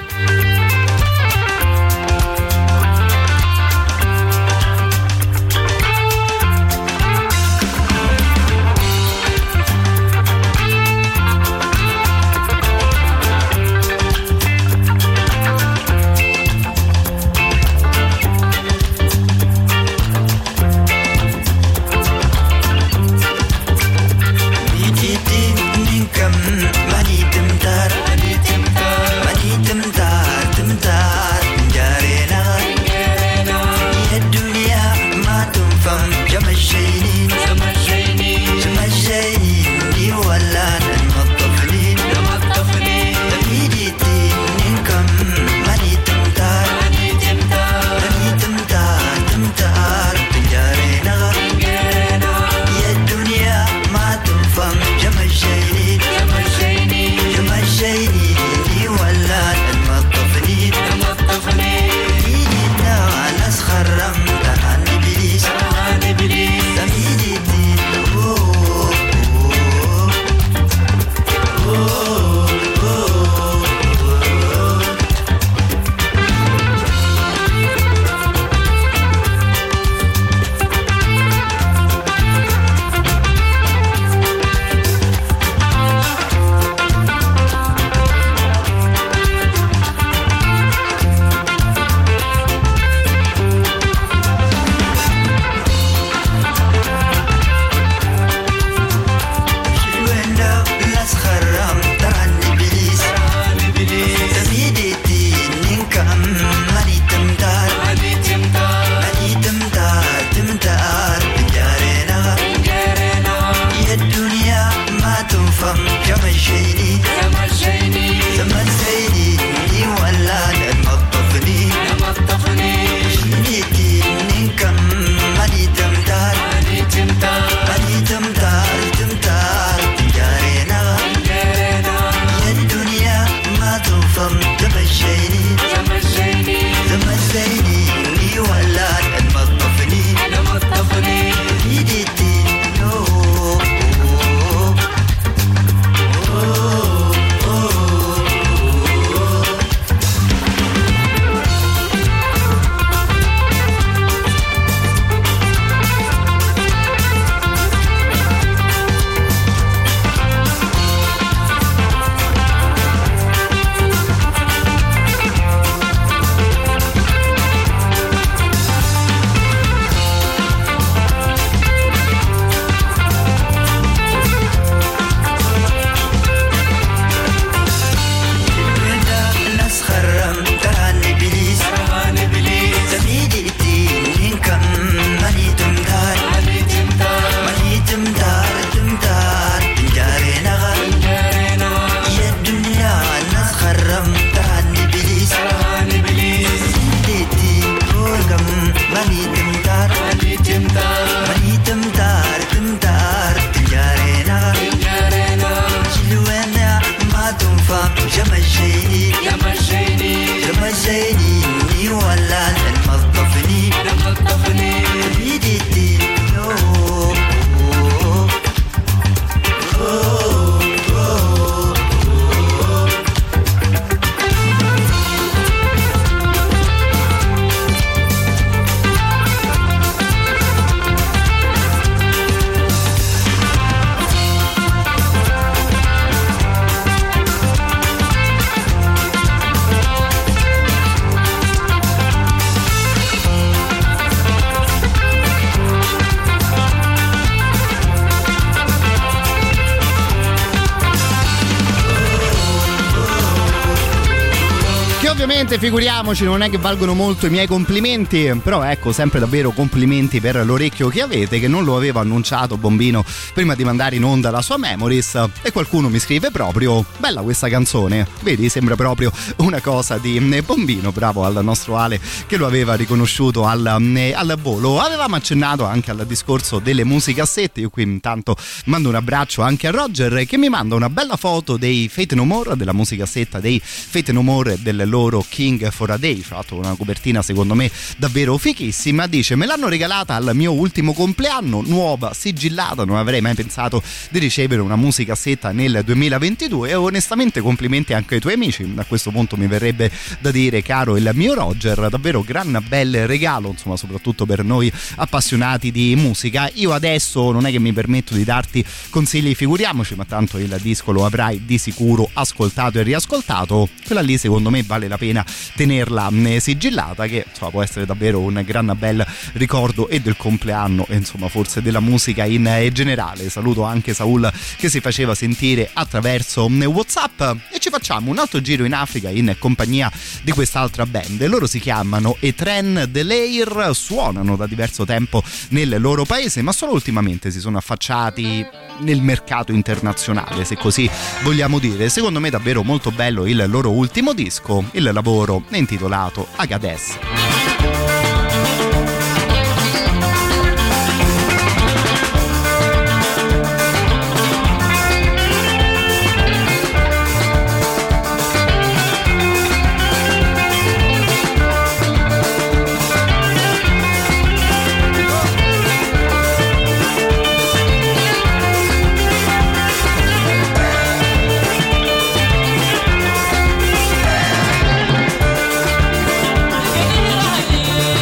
Mani temtar, mani temtar, temtar. Oh ovviamente figuriamoci, non è che valgono molto i miei complimenti, però ecco, sempre davvero complimenti per l'orecchio che avete, che non lo avevo annunciato Bombino prima di mandare in onda la sua Memories, e qualcuno mi scrive proprio: bella questa canzone, vedi, sembra proprio una cosa di Bombino. Bravo al nostro Ale che lo aveva riconosciuto al, al volo. Avevamo accennato anche al discorso delle musicassette. Io qui intanto mando un abbraccio anche a Roger, che mi manda una bella foto dei Faith No More, della musicassetta dei Faith No More, del loro King for a Day, fra l'altro una copertina secondo me davvero fichissima. Dice: me l'hanno regalata al mio ultimo compleanno, nuova, sigillata, non avrei mai pensato di ricevere una musicassetta nel duemilaventidue, e onestamente complimenti anche ai tuoi amici. A questo punto mi verrebbe da dire, caro il mio Roger, davvero gran bel regalo, insomma, soprattutto per noi appassionati di musica. Io adesso non è che mi permetto di darti consigli, figuriamoci, ma tanto il disco lo avrai di sicuro ascoltato e riascoltato. Quella lì secondo me vale la pena tenerla sigillata, che insomma può essere davvero un gran bel ricordo e del compleanno e insomma forse della musica in generale. Saluto anche Saul che si faceva sentire attraverso WhatsApp, e ci facciamo un altro giro in Africa in compagnia di quest'altra band. Loro si chiamano Etren Delair, suonano da diverso tempo nel loro paese, ma solo ultimamente si sono affacciati nel mercato internazionale, se così vogliamo dire. Secondo me davvero molto bello il loro ultimo disco, il lavoro è intitolato Agades. Yeah.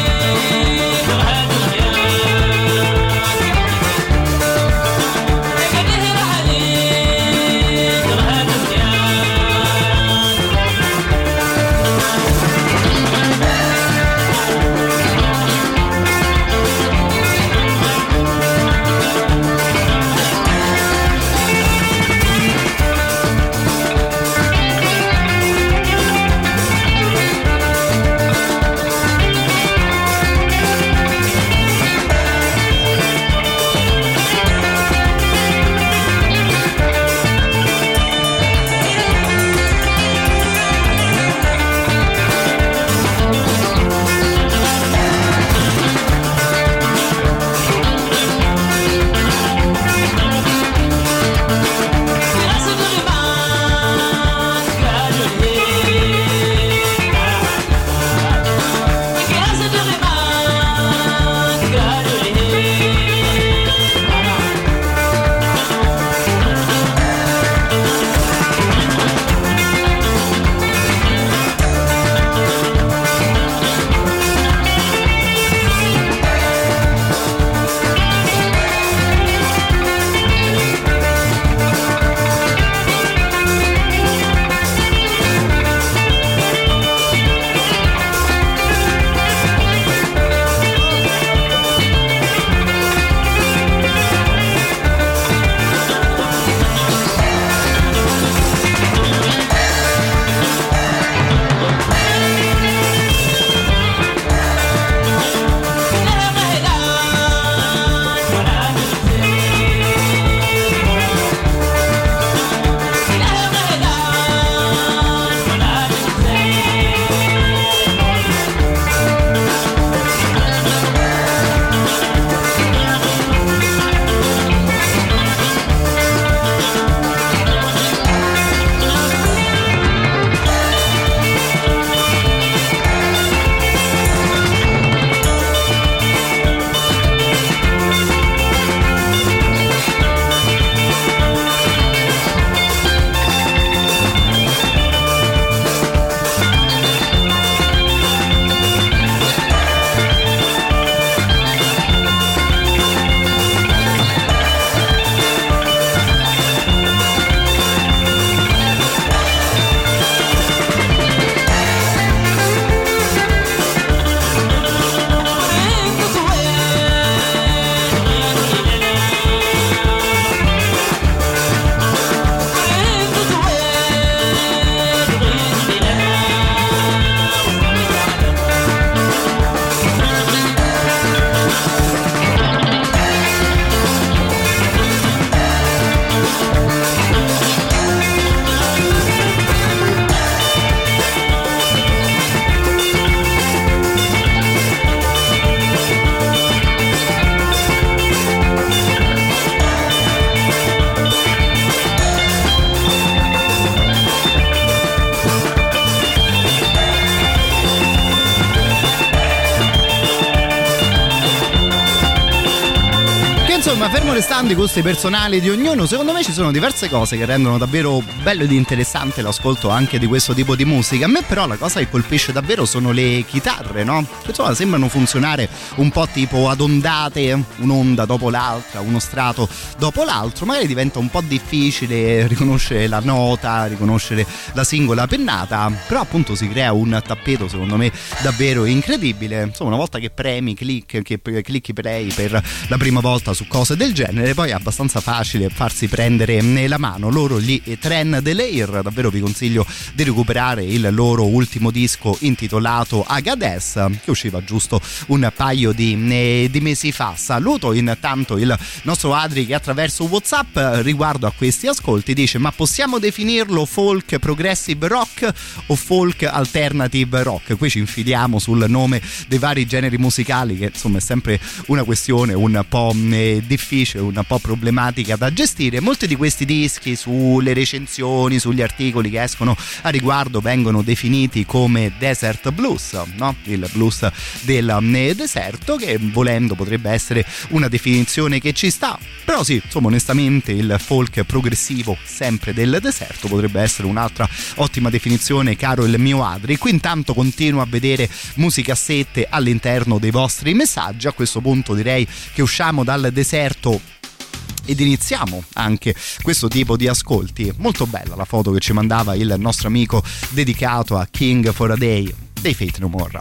insomma, fermo restando i gusti personali di ognuno, secondo me ci sono diverse cose che rendono davvero bello ed interessante l'ascolto anche di questo tipo di musica. A me però la cosa che colpisce davvero sono le chitarre, no? Che insomma sembrano funzionare un po' tipo ad ondate, un'onda dopo l'altra, uno strato dopo l'altro. Magari diventa un po' difficile riconoscere la nota, riconoscere la singola pennata, però appunto si crea un tappeto secondo me davvero incredibile. Insomma, una volta che premi, click, che clicchi play per la prima volta su cose del genere, poi è abbastanza facile farsi prendere la mano. Loro, gli Tren de l'Air, davvero vi consiglio di recuperare il loro ultimo disco intitolato Agades, che usciva giusto un paio di, di mesi fa. Saluto intanto il nostro Adri che attraverso WhatsApp riguardo a questi ascolti dice: ma possiamo definirlo folk progressive rock o folk alternative rock? Qui ci infiliamo sul nome dei vari generi musicali, che insomma è sempre una questione un po' difficile, un po' problematica da gestire. Molti di questi dischi, sulle recensioni, sugli articoli che escono a riguardo, vengono definiti come desert blues, no? Il blues del deserto, che volendo potrebbe essere una definizione che ci sta, però sì, insomma, onestamente il folk progressivo sempre del deserto potrebbe essere un'altra ottima definizione, caro il mio Adri. Qui intanto continuo a vedere musicassette all'interno dei vostri messaggi. A questo punto direi che usciamo dal deserto ed iniziamo anche questo tipo di ascolti. Molto bella la foto che ci mandava il nostro amico dedicato a King for a Day dei Faith No More.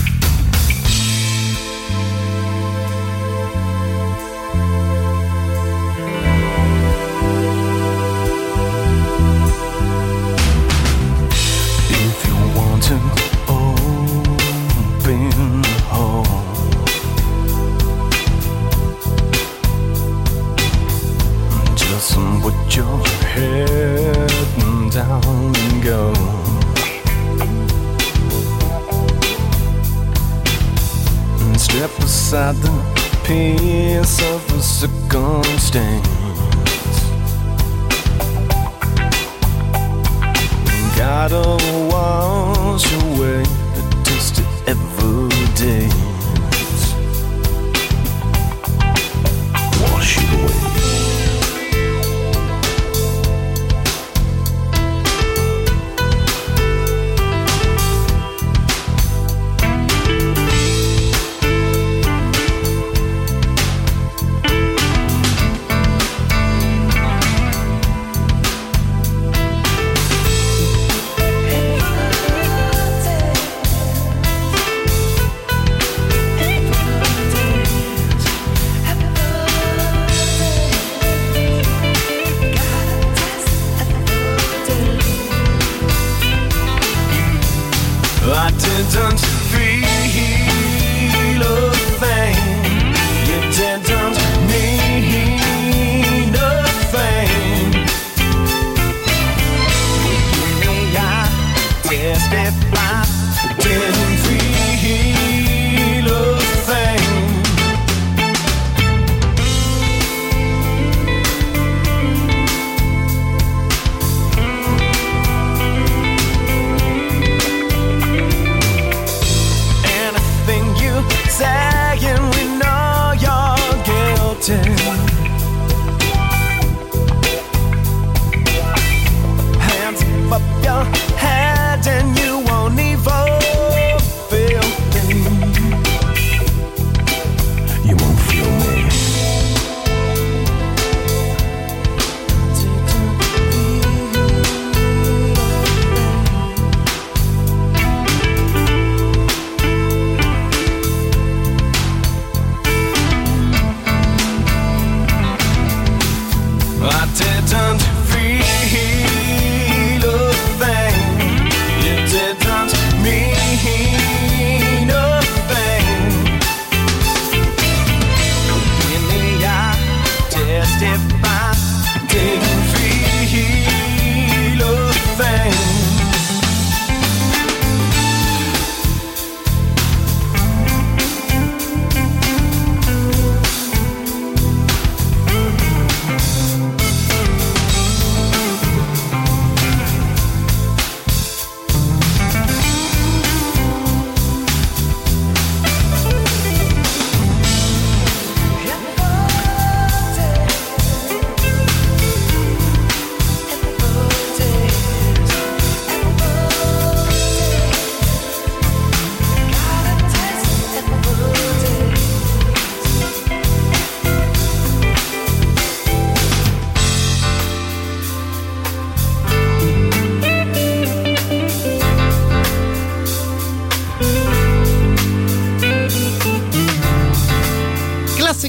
If you want to open the hole, just put your head down and go. And step aside the piece of a circumstance. Gotta wash away the dust of evidence. Wash it away.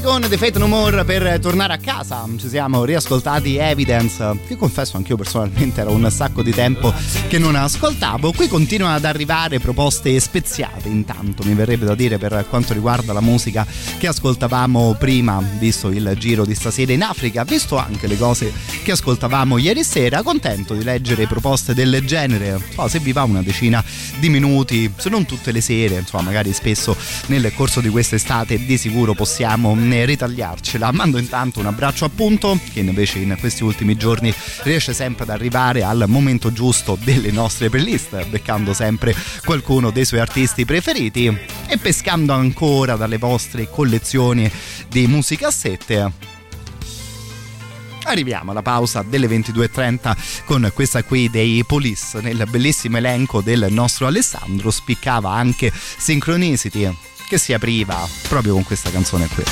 con The Fate No More per tornare a casa. Ci siamo riascoltati Evidence, che confesso anch'io personalmente era un sacco di tempo che non ascoltavo. Qui continuano ad arrivare proposte speziate, intanto mi verrebbe da dire, per quanto riguarda la musica che ascoltavamo prima, visto il giro di stasera in Africa, visto anche le cose che ascoltavamo ieri sera. Contento di leggere proposte del genere, so, se vi va una decina di minuti, se non tutte le sere, insomma magari spesso nel corso di quest'estate di sicuro possiamo ritagliarcela. Mando intanto un abbraccio a Punto, che invece in questi ultimi giorni riesce sempre ad arrivare al momento giusto delle nostre playlist, beccando sempre qualcuno dei suoi artisti preferiti e pescando ancora dalle vostre collezioni di musicassette. Arriviamo alla pausa delle ventidue e trenta con questa qui dei Police. Nel bellissimo elenco del nostro Alessandro spiccava anche Synchronicity, che si apriva proprio con questa canzone qui.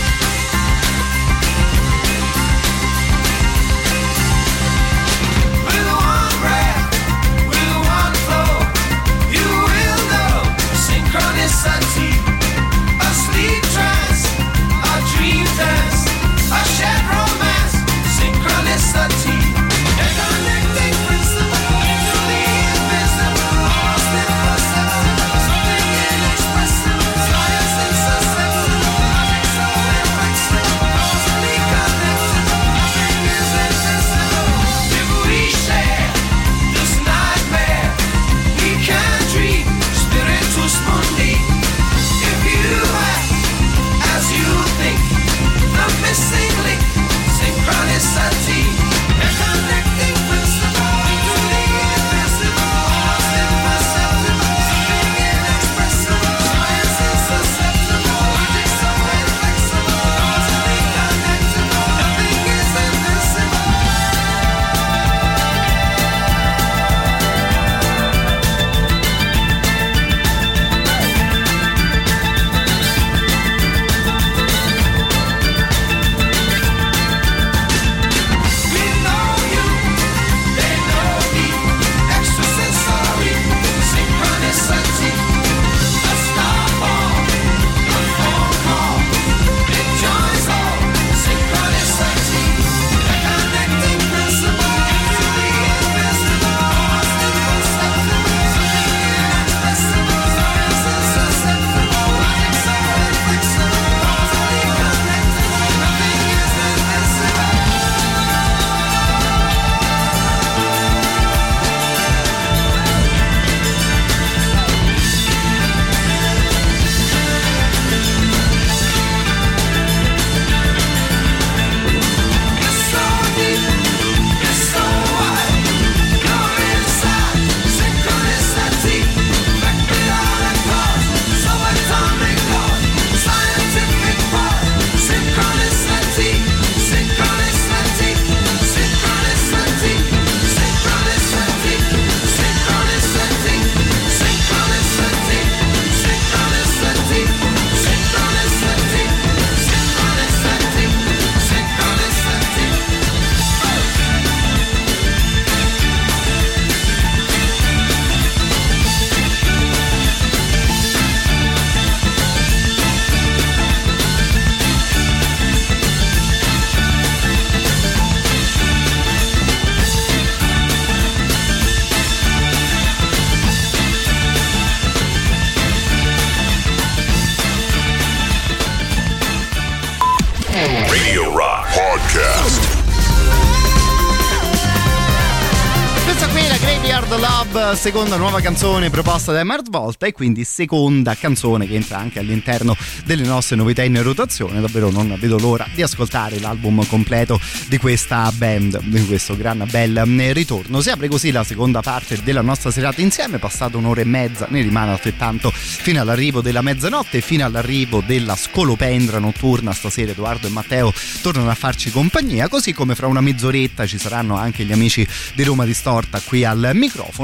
Seconda nuova canzone proposta da Mars Volta, e quindi seconda canzone che entra anche all'interno delle nostre novità in rotazione. Davvero non vedo l'ora di ascoltare l'album completo di questa band, di questo gran bel ritorno. Si apre così la seconda parte della nostra serata insieme, passata un'ora e mezza, ne rimane altrettanto fino all'arrivo della mezzanotte, fino all'arrivo della scolopendra notturna. Stasera Edoardo e Matteo tornano a farci compagnia, così come fra una mezz'oretta ci saranno anche gli amici di Roma Distorta qui al microfono.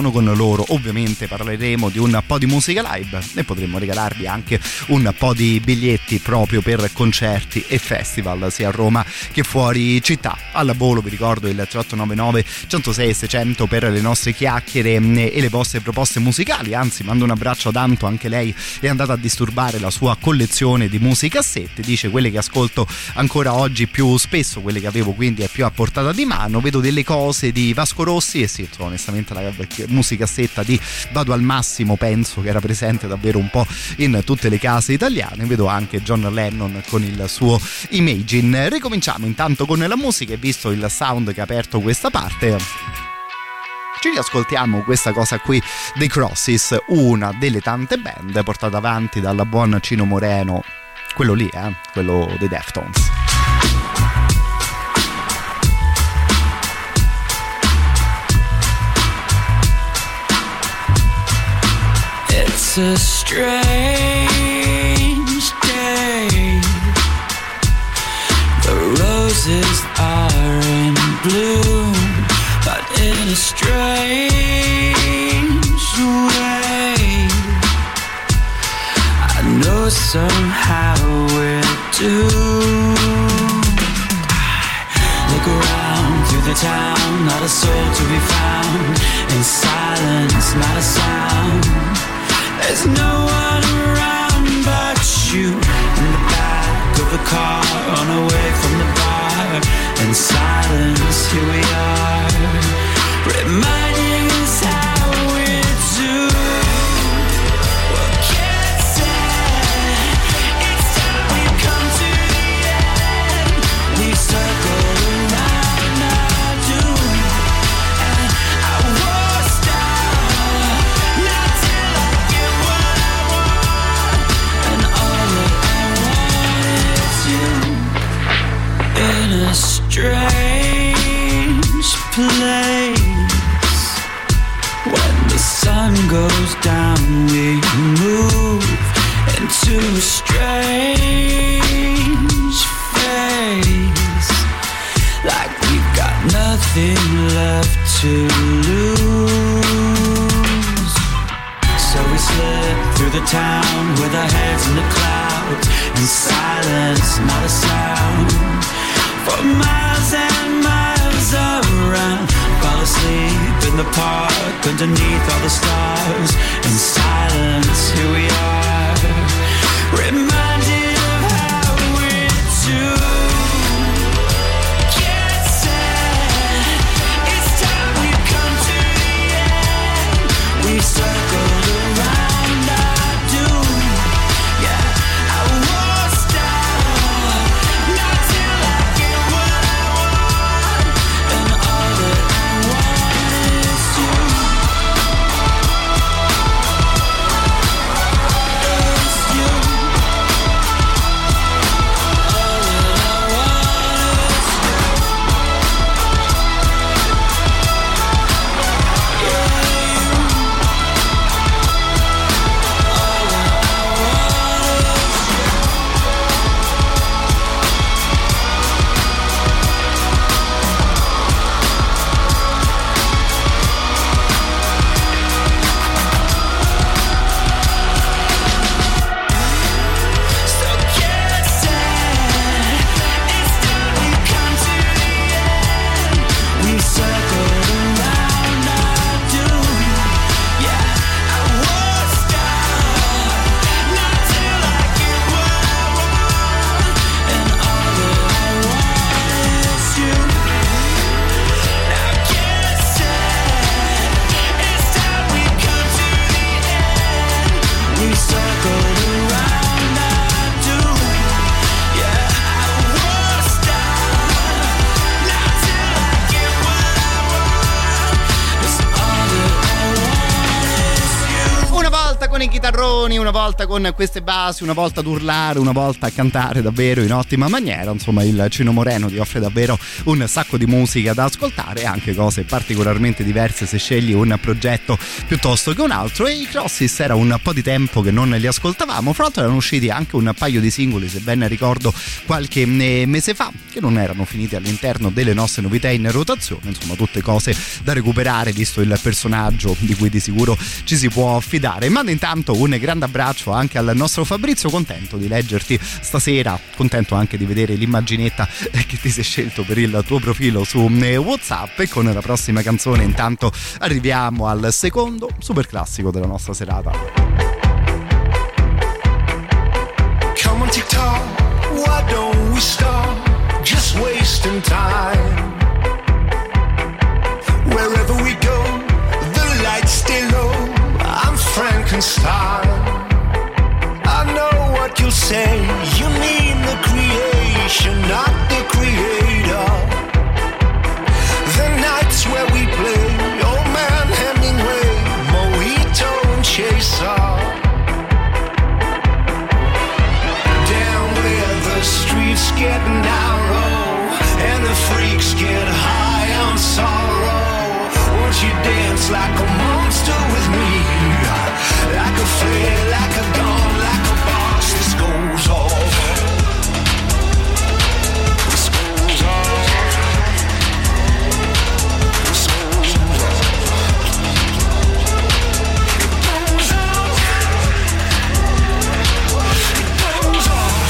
quest'anno con loro ovviamente parleremo di un po' di musica live e potremmo regalarvi anche un po' di biglietti proprio per concerti e festival sia a Roma che fuori città. Al volo vi ricordo il tre otto nove nove centosei seicento per le nostre chiacchiere e le vostre proposte musicali. Anzi, mando un abbraccio ad Anto, anche lei è andata a disturbare la sua collezione di musicassette, dice quelle che ascolto ancora oggi più spesso, quelle che avevo quindi è più a portata di mano. Vedo delle cose di Vasco Rossi e sì, onestamente la musicassetta di Vado al Massimo penso che era presente davvero un po' in tutte le case italiane. Vedo anche John Lennon con il suo Imagine. Ricominciamo intanto con la musica e visto il sound che ha aperto questa parte ci riascoltiamo questa cosa qui dei Crosses, una delle tante band portate avanti dalla buon Cino Moreno, quello lì, eh, quello dei Deftones. It's a strange day. The roses are in bloom, but in a strange way. I know somehow we're doomed. Look around through the town, not a soul to be found. In silence, not a sound. There's no one around but you. In the back of the car, on our way from the bar. In silence, here we are, reminding us how we're doomed. What can I say? It's time we've come to the end. We've circled around our doom, and I won't stop, not till I get what I want. And all that I want is you. In a strange place, when the sun goes down we move into a strange phase, like we've got nothing left to lose. So we slip through the town with our heads in the clouds, in silence, not a sound. For miles and miles around, fall asleep in the park underneath all the stars. In silence, here we are, reminded of how we're doomed. Can't say it's time we've come to the end. We've circled around our doom. Yeah, I won't stop, not till I get what I want. And all that I want is you. Is you. chitarroni, una volta con queste basi, una volta ad urlare, una volta a cantare davvero in ottima maniera. Insomma, il Cino Moreno ti offre davvero un sacco di musica da ascoltare e anche cose particolarmente diverse se scegli un progetto piuttosto che un altro. E i Crossis era un po' di tempo che non li ascoltavamo, fra l'altro erano usciti anche un paio di singoli, se ben ricordo, qualche mese fa, che non erano finiti all'interno delle nostre novità in rotazione. Insomma, tutte cose da recuperare visto il personaggio di cui di sicuro ci si può affidare. Mando intanto un grande abbraccio anche al nostro Fabrizio, contento di leggerti stasera, contento anche di vedere l'immaginetta che ti sei scelto per il tuo profilo su WhatsApp. E con la prossima canzone intanto arriviamo al secondo super classico della nostra serata. Come on TikTok, why don't we stop just wasting time? Wherever we go, the lights stay low. I'm Frankenstein. I know what you'll say. You mean the creation, not the creator. The nights where we play, old man Hemingway, Mojito and Chaser. Down where the streets get narrow and the freaks get high on sorrow. Won't you dance like a monster with me? Like a flare, like a gun, like a boss. This goes off. This goes off. This goes off. It goes off. It goes off.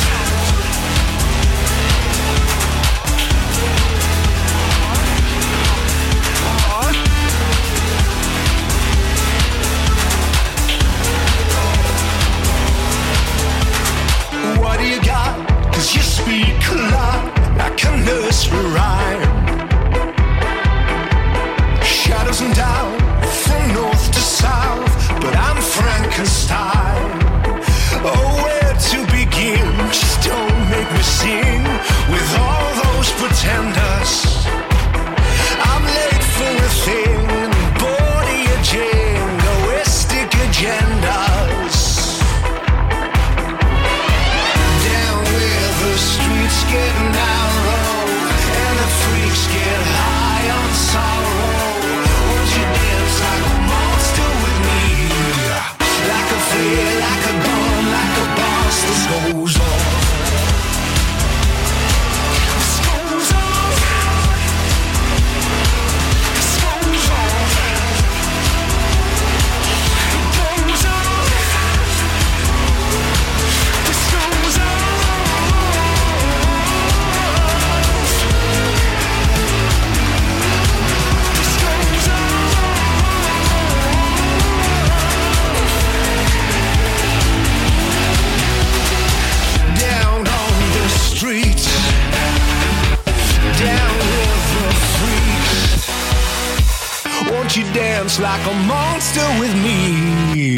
What do you got? Cause you speak a lot like a nursery rhyme. Shadows and doubt from north to south, but I'm Frankenstein. Oh, where to begin? Just don't make me sing with all those pretenders. I'm late for a thing, body a jingoistic agendas. Get narrow and the freaks get high on sorrow. Won't you dance like a monster with me? Like a flare, like a gun, like a boss. This goes off. This goes off. This goes off. It goes off. This goes off. Down with the freaks. Won't you dance like a monster with me?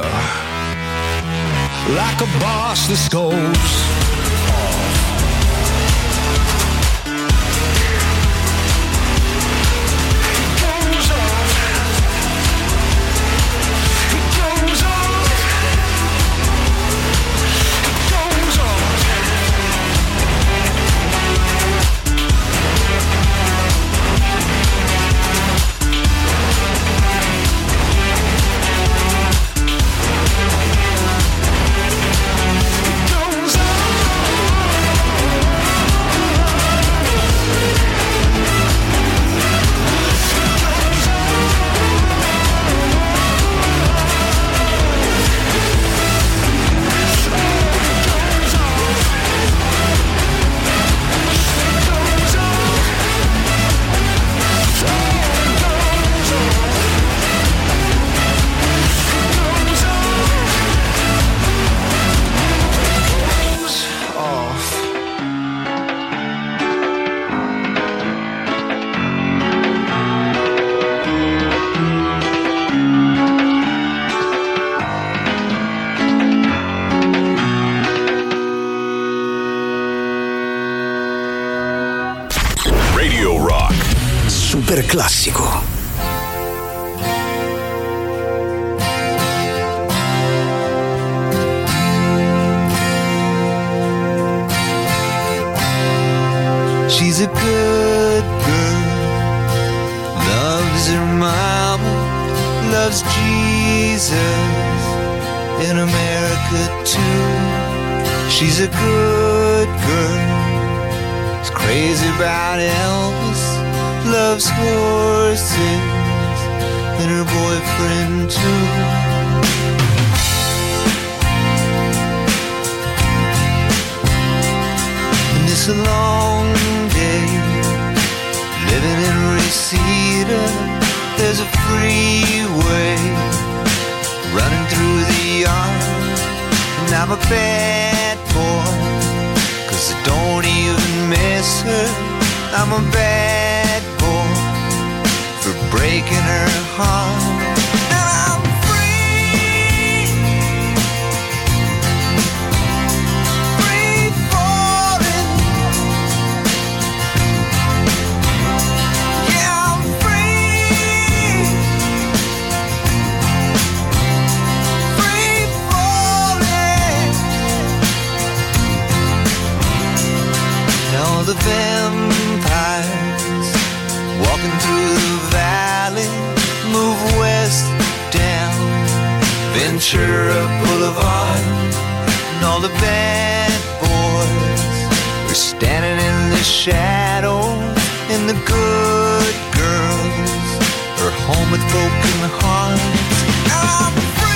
Like a boss, this goes. Super classico. She's a good girl, loves her mama, loves Jesus, in America too. She's a good girl, is crazy about Elvis, loves horses, and her boyfriend too. It's a long day, living in Reseda. There's a freeway running through the yard, and I'm a bad boy, 'cause I don't even miss her. I'm a bad boy for breaking her heart. The vampires walking through the valley move west down Ventura Boulevard, and all the bad boys are standing in the shadows, and the good girls are home with broken hearts. I'm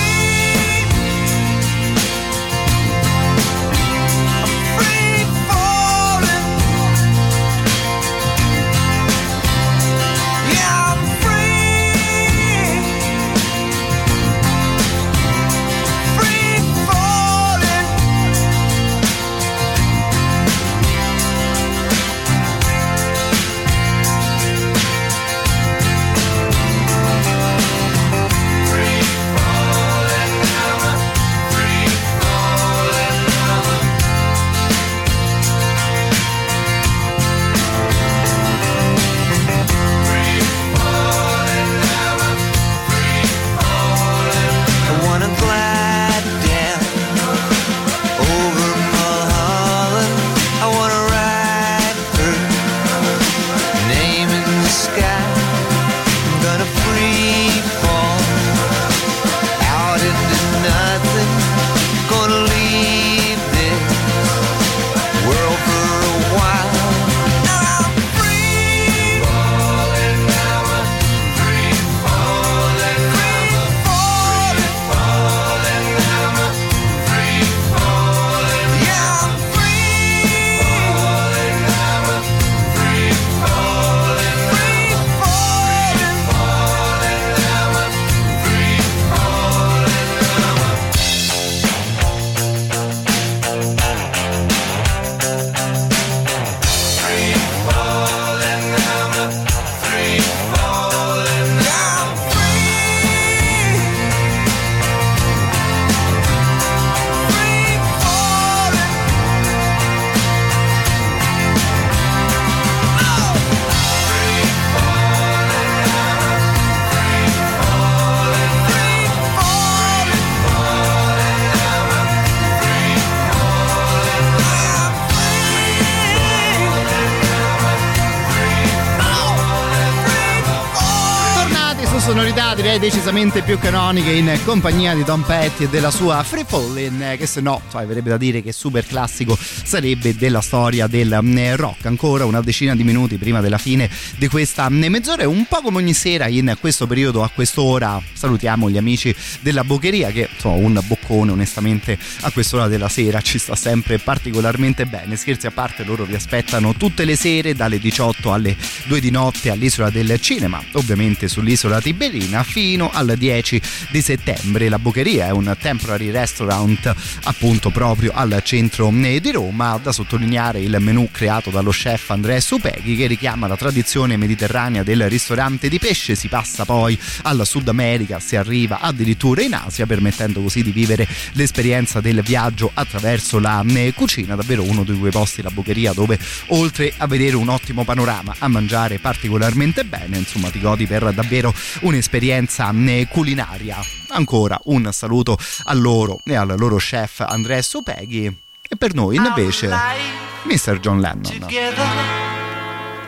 sonorità direi decisamente più canoniche in compagnia di Tom Petty e della sua Free Fallin', che se no cioè, verrebbe da dire che super classico sarebbe della storia del rock. Ancora una decina di minuti prima della fine di questa mezz'ora, e un po' come ogni sera in questo periodo a quest'ora salutiamo gli amici della Bocheria, che insomma un boccone onestamente a quest'ora della sera ci sta sempre particolarmente bene. Scherzi a parte, loro vi aspettano tutte le sere dalle diciotto alle due di notte all'Isola del Cinema, ovviamente sull'isola Tiberina, fino al dieci di settembre. La Bocheria è un temporary restaurant appunto proprio al centro di Roma. Da sottolineare il menù creato dallo chef Andrea Supeghi, che richiama la tradizione mediterranea del ristorante di pesce. Si passa poi al Sud America, si arriva addirittura in Asia, permettendo così di vivere l'esperienza del viaggio attraverso la cucina. Davvero uno di quei posti, la Bocheria, dove oltre a vedere un ottimo panorama, a mangiare particolarmente bene, insomma ti godi per davvero un'esperienza culinaria. Ancora un saluto a loro e al loro chef Andrea Supeghi, e per noi invece mister John Lennon.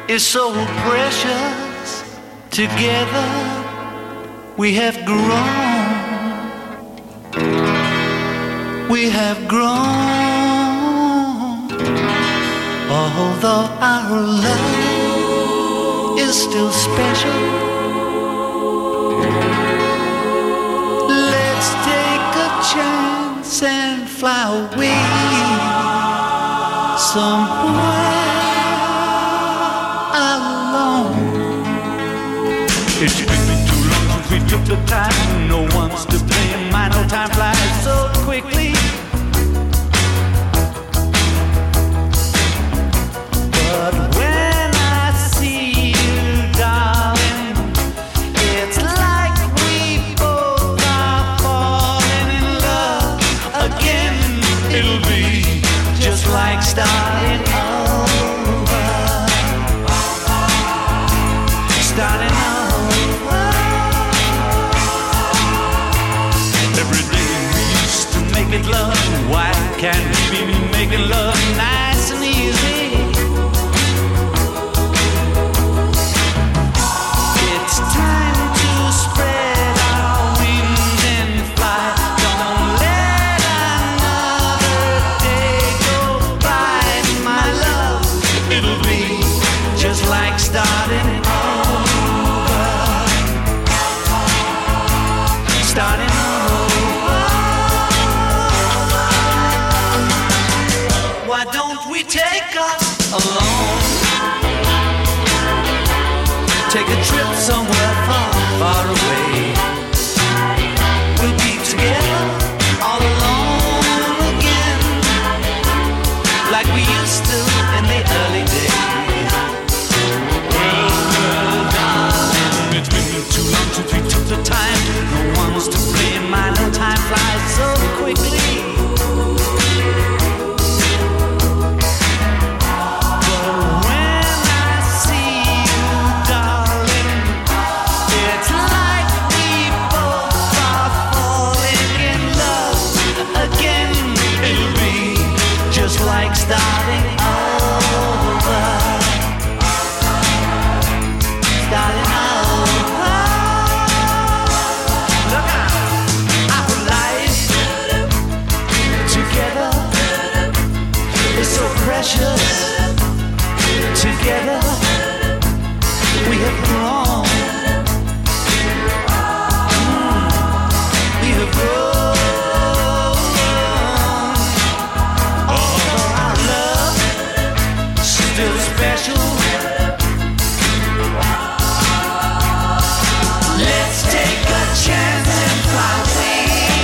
is so precious. Together we have grown. We have grown. Although our love is still special, let's take a chance and fly away somewhere alone. It's been too long since we took the time. No one's to blame. My no time flies so quickly. But when I see you, darling, it's like we both are falling in love again. It'll be just like starting over. Starting over. Every day we used to make it love. Why can't we be making love nice and easy? It's time to spread our wings and fly. Don't let another day go by, my love. It'll be just like starting over. Starting over. Why don't we take us alone? Take a trip somewhere far, far away. We'll be together all alone again, like we used to in the early days. Well, well, darling, it's been too long since we took the time. No one's to blame. My no time flies so quickly. Like starting over. Starting over. Look out. Our life together is so precious. Together we have grown. Mm. We have grown. Still special. Let's take a chance and fly away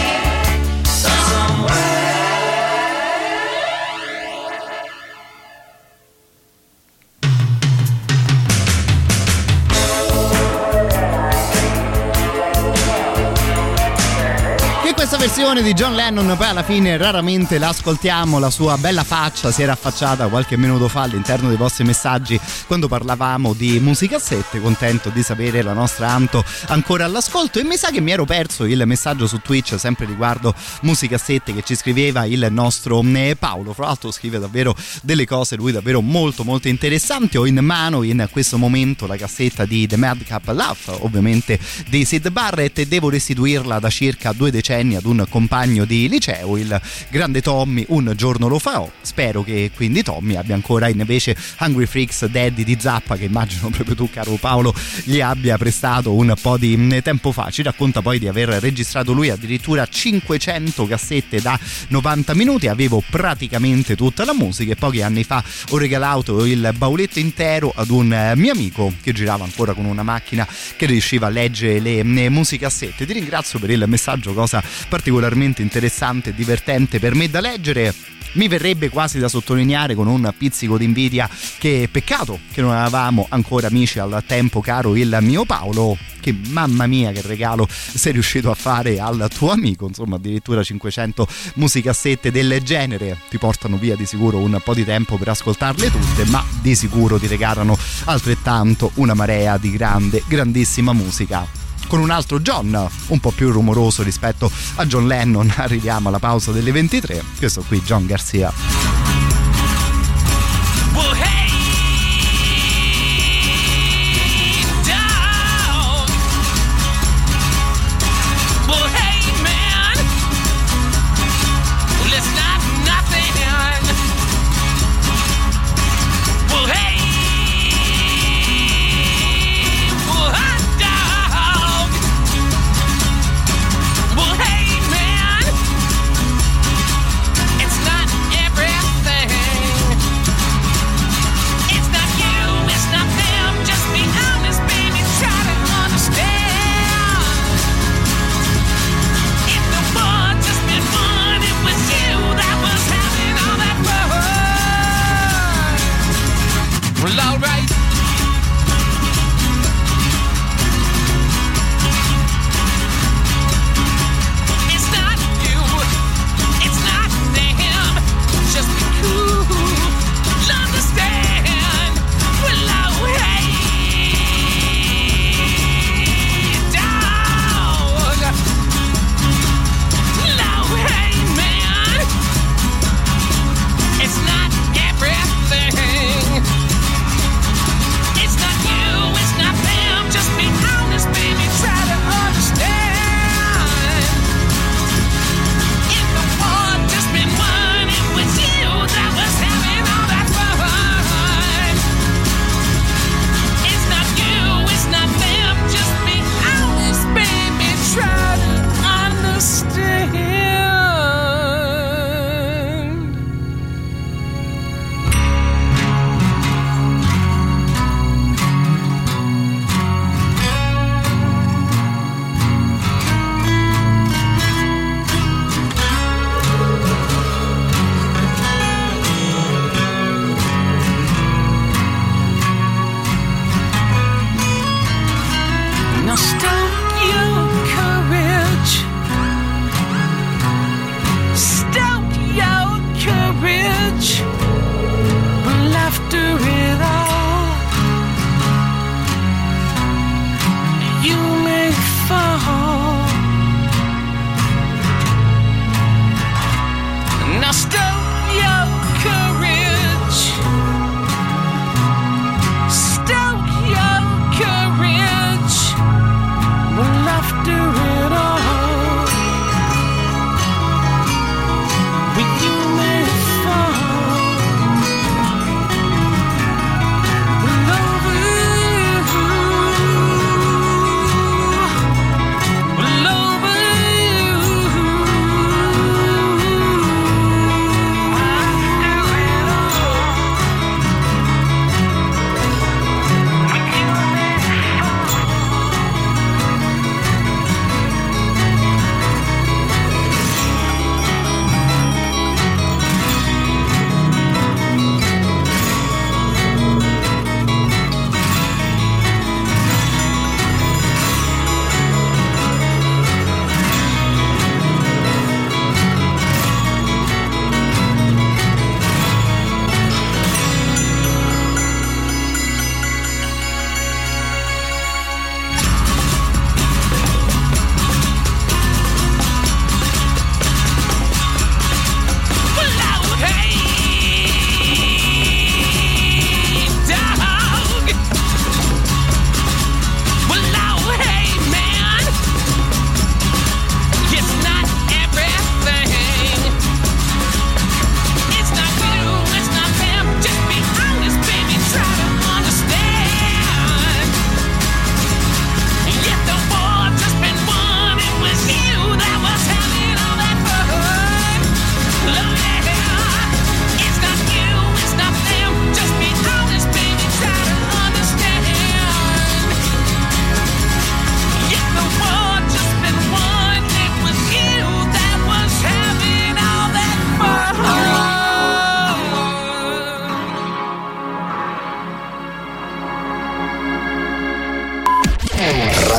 Questa versione di John Lennon poi alla fine raramente l'ascoltiamo, la sua bella faccia si era affacciata qualche minuto fa all'interno dei vostri messaggi quando parlavamo di musicassette. Contento di sapere la nostra Anto ancora all'ascolto, e mi sa che mi ero perso il messaggio su Twitch sempre riguardo musicassette che ci scriveva il nostro Paolo. Fra l'altro scrive davvero delle cose, lui davvero molto molto interessanti. Ho in mano in questo momento la cassetta di The Madcap Love, ovviamente di Syd Barrett, e devo restituirla da circa due decenni ad un compagno di liceo, il grande Tommy. Un giorno lo farò, spero che quindi Tommy abbia ancora invece Hungry Freaks Daddy di Zappa, che immagino proprio tu, caro Paolo, gli abbia prestato un po' di tempo fa. Ci racconta poi di aver registrato lui addirittura cinquecento cassette da novanta minuti. Avevo praticamente tutta la musica e pochi anni fa ho regalato il bauletto intero ad un mio amico che girava ancora con una macchina che riusciva a leggere le musicassette. Ti ringrazio per il messaggio, cosa particolarmente interessante e divertente per me da leggere. Mi verrebbe quasi da sottolineare con un pizzico di invidia che peccato che non avevamo ancora amici al tempo, caro il mio Paolo, che mamma mia che regalo sei riuscito a fare al tuo amico. Insomma, addirittura cinquecento musicassette del genere ti portano via di sicuro un po' di tempo per ascoltarle tutte, ma di sicuro ti regalano altrettanto una marea di grande, grandissima musica. Con un altro John un po' più rumoroso rispetto a John Lennon arriviamo alla pausa delle ventitré. Questo qui, John Garcia. Well, hey!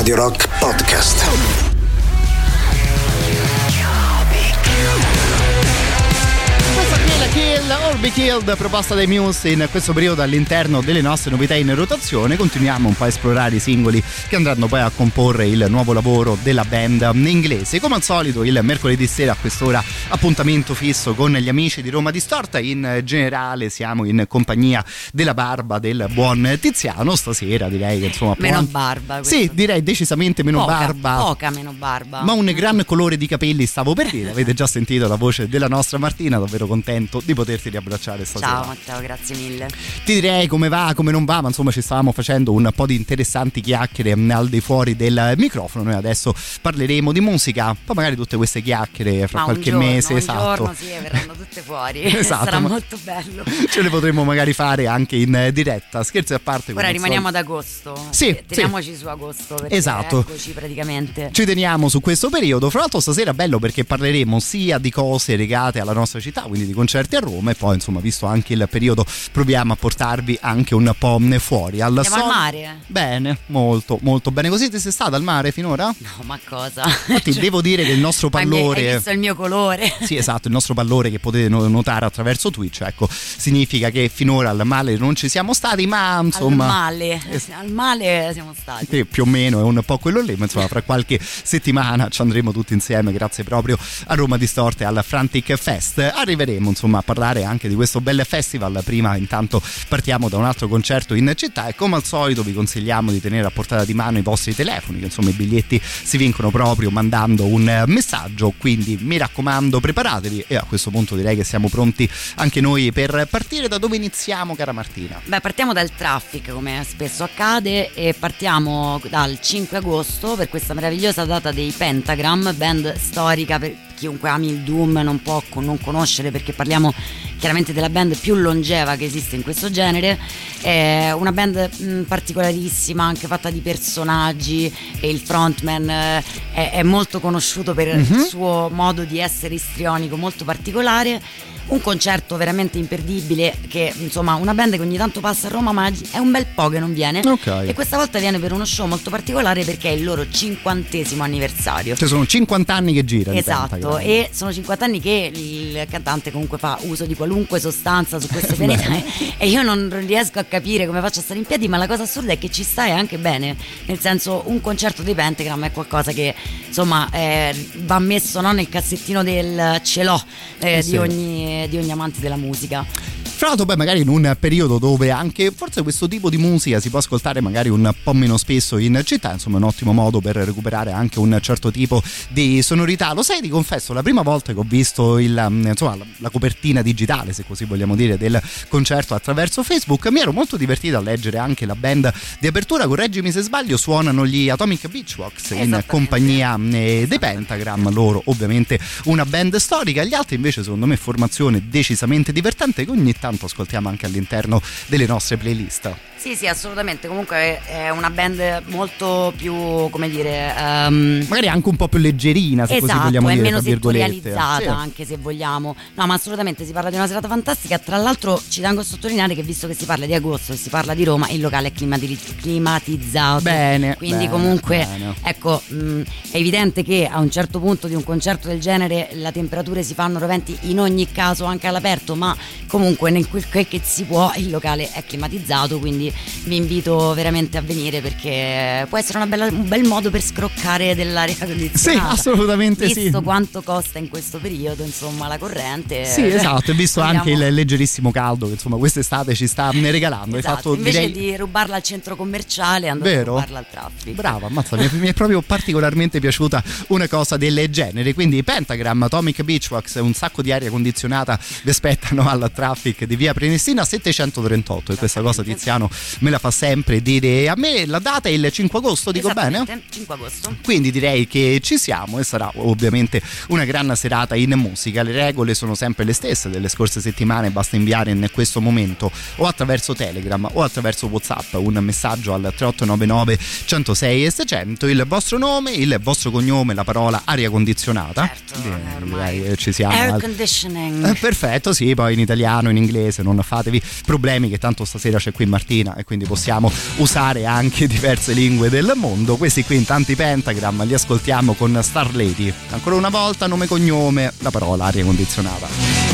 Radio Rock Podcast. Kill or Be Killed, proposta dai Muse in questo periodo all'interno delle nostre novità in rotazione. Continuiamo un po' a esplorare i singoli che andranno poi a comporre il nuovo lavoro della band inglese. Come al solito il mercoledì sera a quest'ora appuntamento fisso con gli amici di Roma Distorta. In generale siamo in compagnia della barba del buon Tiziano. Stasera direi che insomma meno può... barba questo. Sì, direi decisamente meno poca, barba, poca meno barba, ma un gran colore di capelli stavo per dire. Avete già sentito la voce della nostra Martina, davvero contento di poterti riabbracciare stasera. Ciao Matteo, grazie mille. Ti direi come va, come non va, ma insomma ci stavamo facendo un po' di interessanti chiacchiere al di fuori del microfono. Noi adesso parleremo di musica, poi magari tutte queste chiacchiere fra ma qualche un giorno, mese, un esatto. giorno sì, verranno tutte fuori. Esatto, sarà ma... molto bello. Ce le potremo magari fare anche in diretta. Scherzi a parte. Ora rimaniamo ad agosto. Sì, teniamoci sì. su agosto perché esatto. Eccoci praticamente. Ci teniamo su questo periodo. Fra l'altro stasera è bello perché parleremo sia di cose legate alla nostra città, quindi di concerti a Roma, e poi insomma visto anche il periodo proviamo a portarvi anche un po' fuori al Andiamo sol- al mare? Bene, molto molto bene. Così ti sei stata al mare finora? No, ma cosa? Infatti cioè, devo dire che il nostro pallore, hai visto il mio colore? Sì, esatto, il nostro pallore che potete notare attraverso Twitch, ecco, significa che finora al male non ci siamo stati, ma insomma al male, es- al male siamo stati. Sì, più o meno è un po' quello lì, ma insomma fra qualche settimana ci andremo tutti insieme grazie proprio a Roma Distorte al Frantic Fest. Arriveremo insomma a parlare anche di questo bel festival. Prima intanto partiamo da un altro concerto in città e come al solito vi consigliamo di tenere a portata di mano i vostri telefoni, che insomma i biglietti si vincono proprio mandando un messaggio, quindi mi raccomando preparatevi. E a questo punto direi che siamo pronti anche noi per partire. Da dove iniziamo, cara Martina? Beh, partiamo dal Traffic, come spesso accade, e partiamo dal cinque agosto per questa meravigliosa data dei Pentagram, band storica per chiunque ami il doom non può non conoscere, perché parliamo chiaramente della band più longeva che esiste in questo genere. È una band mh, particolarissima, anche fatta di personaggi, e il frontman eh, è, è molto conosciuto per mm-hmm. il suo modo di essere istrionico molto particolare. Un concerto veramente imperdibile, che insomma una band che ogni tanto passa a Roma ma è un bel po' che non viene, okay. E questa volta viene per uno show molto particolare perché è il loro cinquantesimo anniversario. Cioè sono cinquanta anni che gira. Esatto, e sono cinquanta anni che il cantante comunque fa uso di qualunque sostanza su questo pianeta e io non riesco a capire come faccia a stare in piedi, ma la cosa assurda è che ci stai anche bene, nel senso un concerto dei Pentagram è qualcosa che insomma eh, va messo no, nel cassettino del ce l'ho eh, sì. di ogni di ogni amante della musica. Fra l'altro poi magari in un periodo dove anche forse questo tipo di musica si può ascoltare magari un po' meno spesso in città, insomma è un ottimo modo per recuperare anche un certo tipo di sonorità. Lo sai, ti confesso, la prima volta che ho visto il, insomma, la, la copertina digitale, se così vogliamo dire, del concerto attraverso Facebook, mi ero molto divertito a leggere anche la band di apertura. Correggimi se sbaglio, suonano gli Atomic Beachbox in compagnia dei Pentagram, loro ovviamente una band storica. Gli altri invece secondo me formazione decisamente divertente che ogni tanto ascoltiamo anche all'interno delle nostre playlist. Sì, sì, assolutamente. Comunque è una band molto più, come dire, um... magari anche un po' più leggerina, se esatto, così vogliamo dire, è meno tra virgolette. settorializzata, sì. Anche se vogliamo. No, ma assolutamente si parla di una serata fantastica. Tra l'altro ci tengo a sottolineare che visto che si parla di agosto e si parla di Roma, il locale è climati- climatizzato. Bene. Quindi bene, comunque bene. ecco, mh, è evidente che a un certo punto di un concerto del genere le temperature si fanno roventi in ogni caso anche all'aperto, ma comunque nel quel che si può il locale è climatizzato, quindi vi invito veramente a venire perché può essere una bella, un bel modo per scroccare dell'aria condizionata. Sì, assolutamente visto sì. Visto quanto costa in questo periodo, insomma, la corrente. Sì, esatto, e visto andiamo... anche il leggerissimo caldo che insomma quest'estate ci sta regalando. Esatto, Hai fatto, invece direi... di rubarla al centro commerciale, andate a rubarla al traffico. Brava, ammazza, mi, è, mi è proprio particolarmente piaciuta una cosa del genere. Quindi Pentagram, Atomic Beachbox, un sacco di aria condizionata vi aspettano al traffic di via Prenestina settecentotrentotto, e questa cosa Tiziano me la fa sempre dire a me. La data è il cinque agosto, dico bene? cinque agosto. Quindi direi che ci siamo e sarà ovviamente una gran serata in musica. Le regole sono sempre le stesse delle scorse settimane, basta inviare in questo momento o attraverso Telegram o attraverso WhatsApp un messaggio al tre otto nove nove centosei e seicento, il vostro nome, il vostro cognome, la parola aria condizionata. Certo, direi, direi ci siamo. Air conditioning. Eh, perfetto, sì, poi in italiano, in inglese inglese, non fatevi problemi che tanto stasera c'è qui Martina e quindi possiamo usare anche diverse lingue del mondo. Questi qui intanto i Pentagram li ascoltiamo con Star Lady, ancora una volta nome cognome, la parola aria condizionata.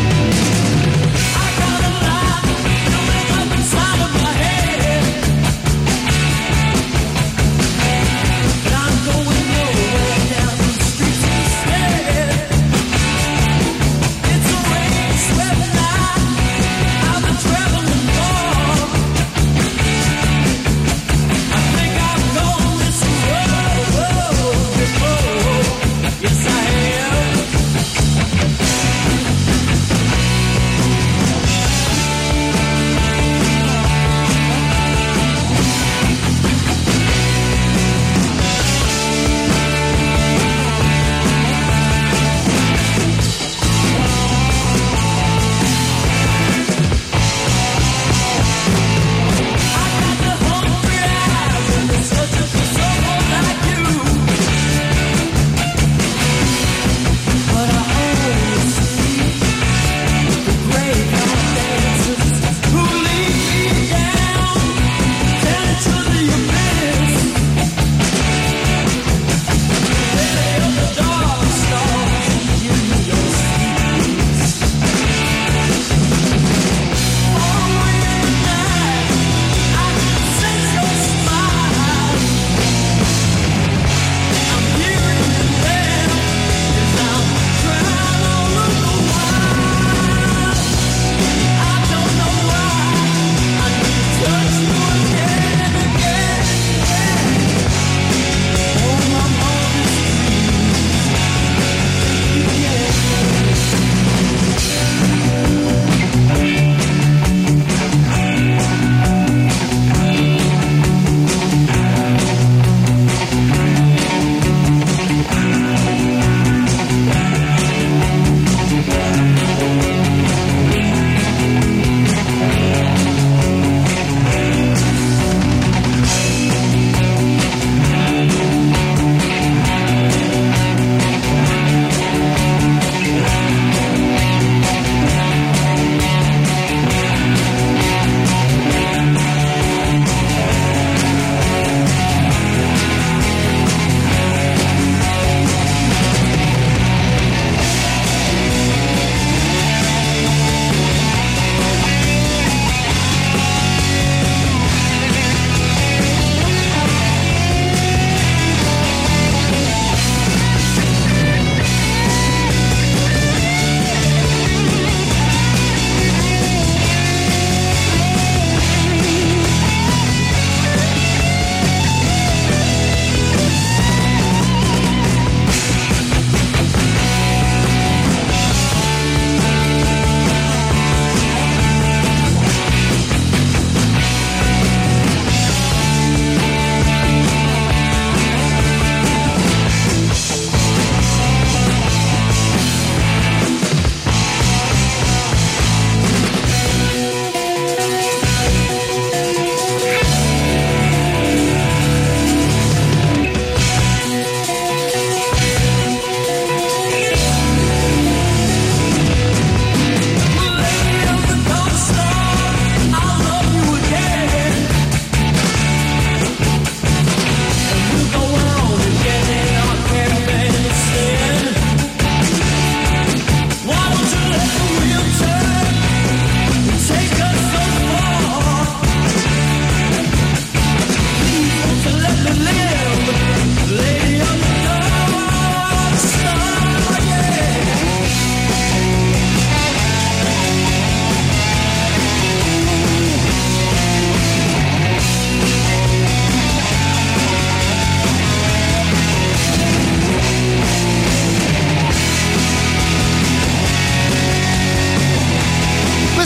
Inside of my head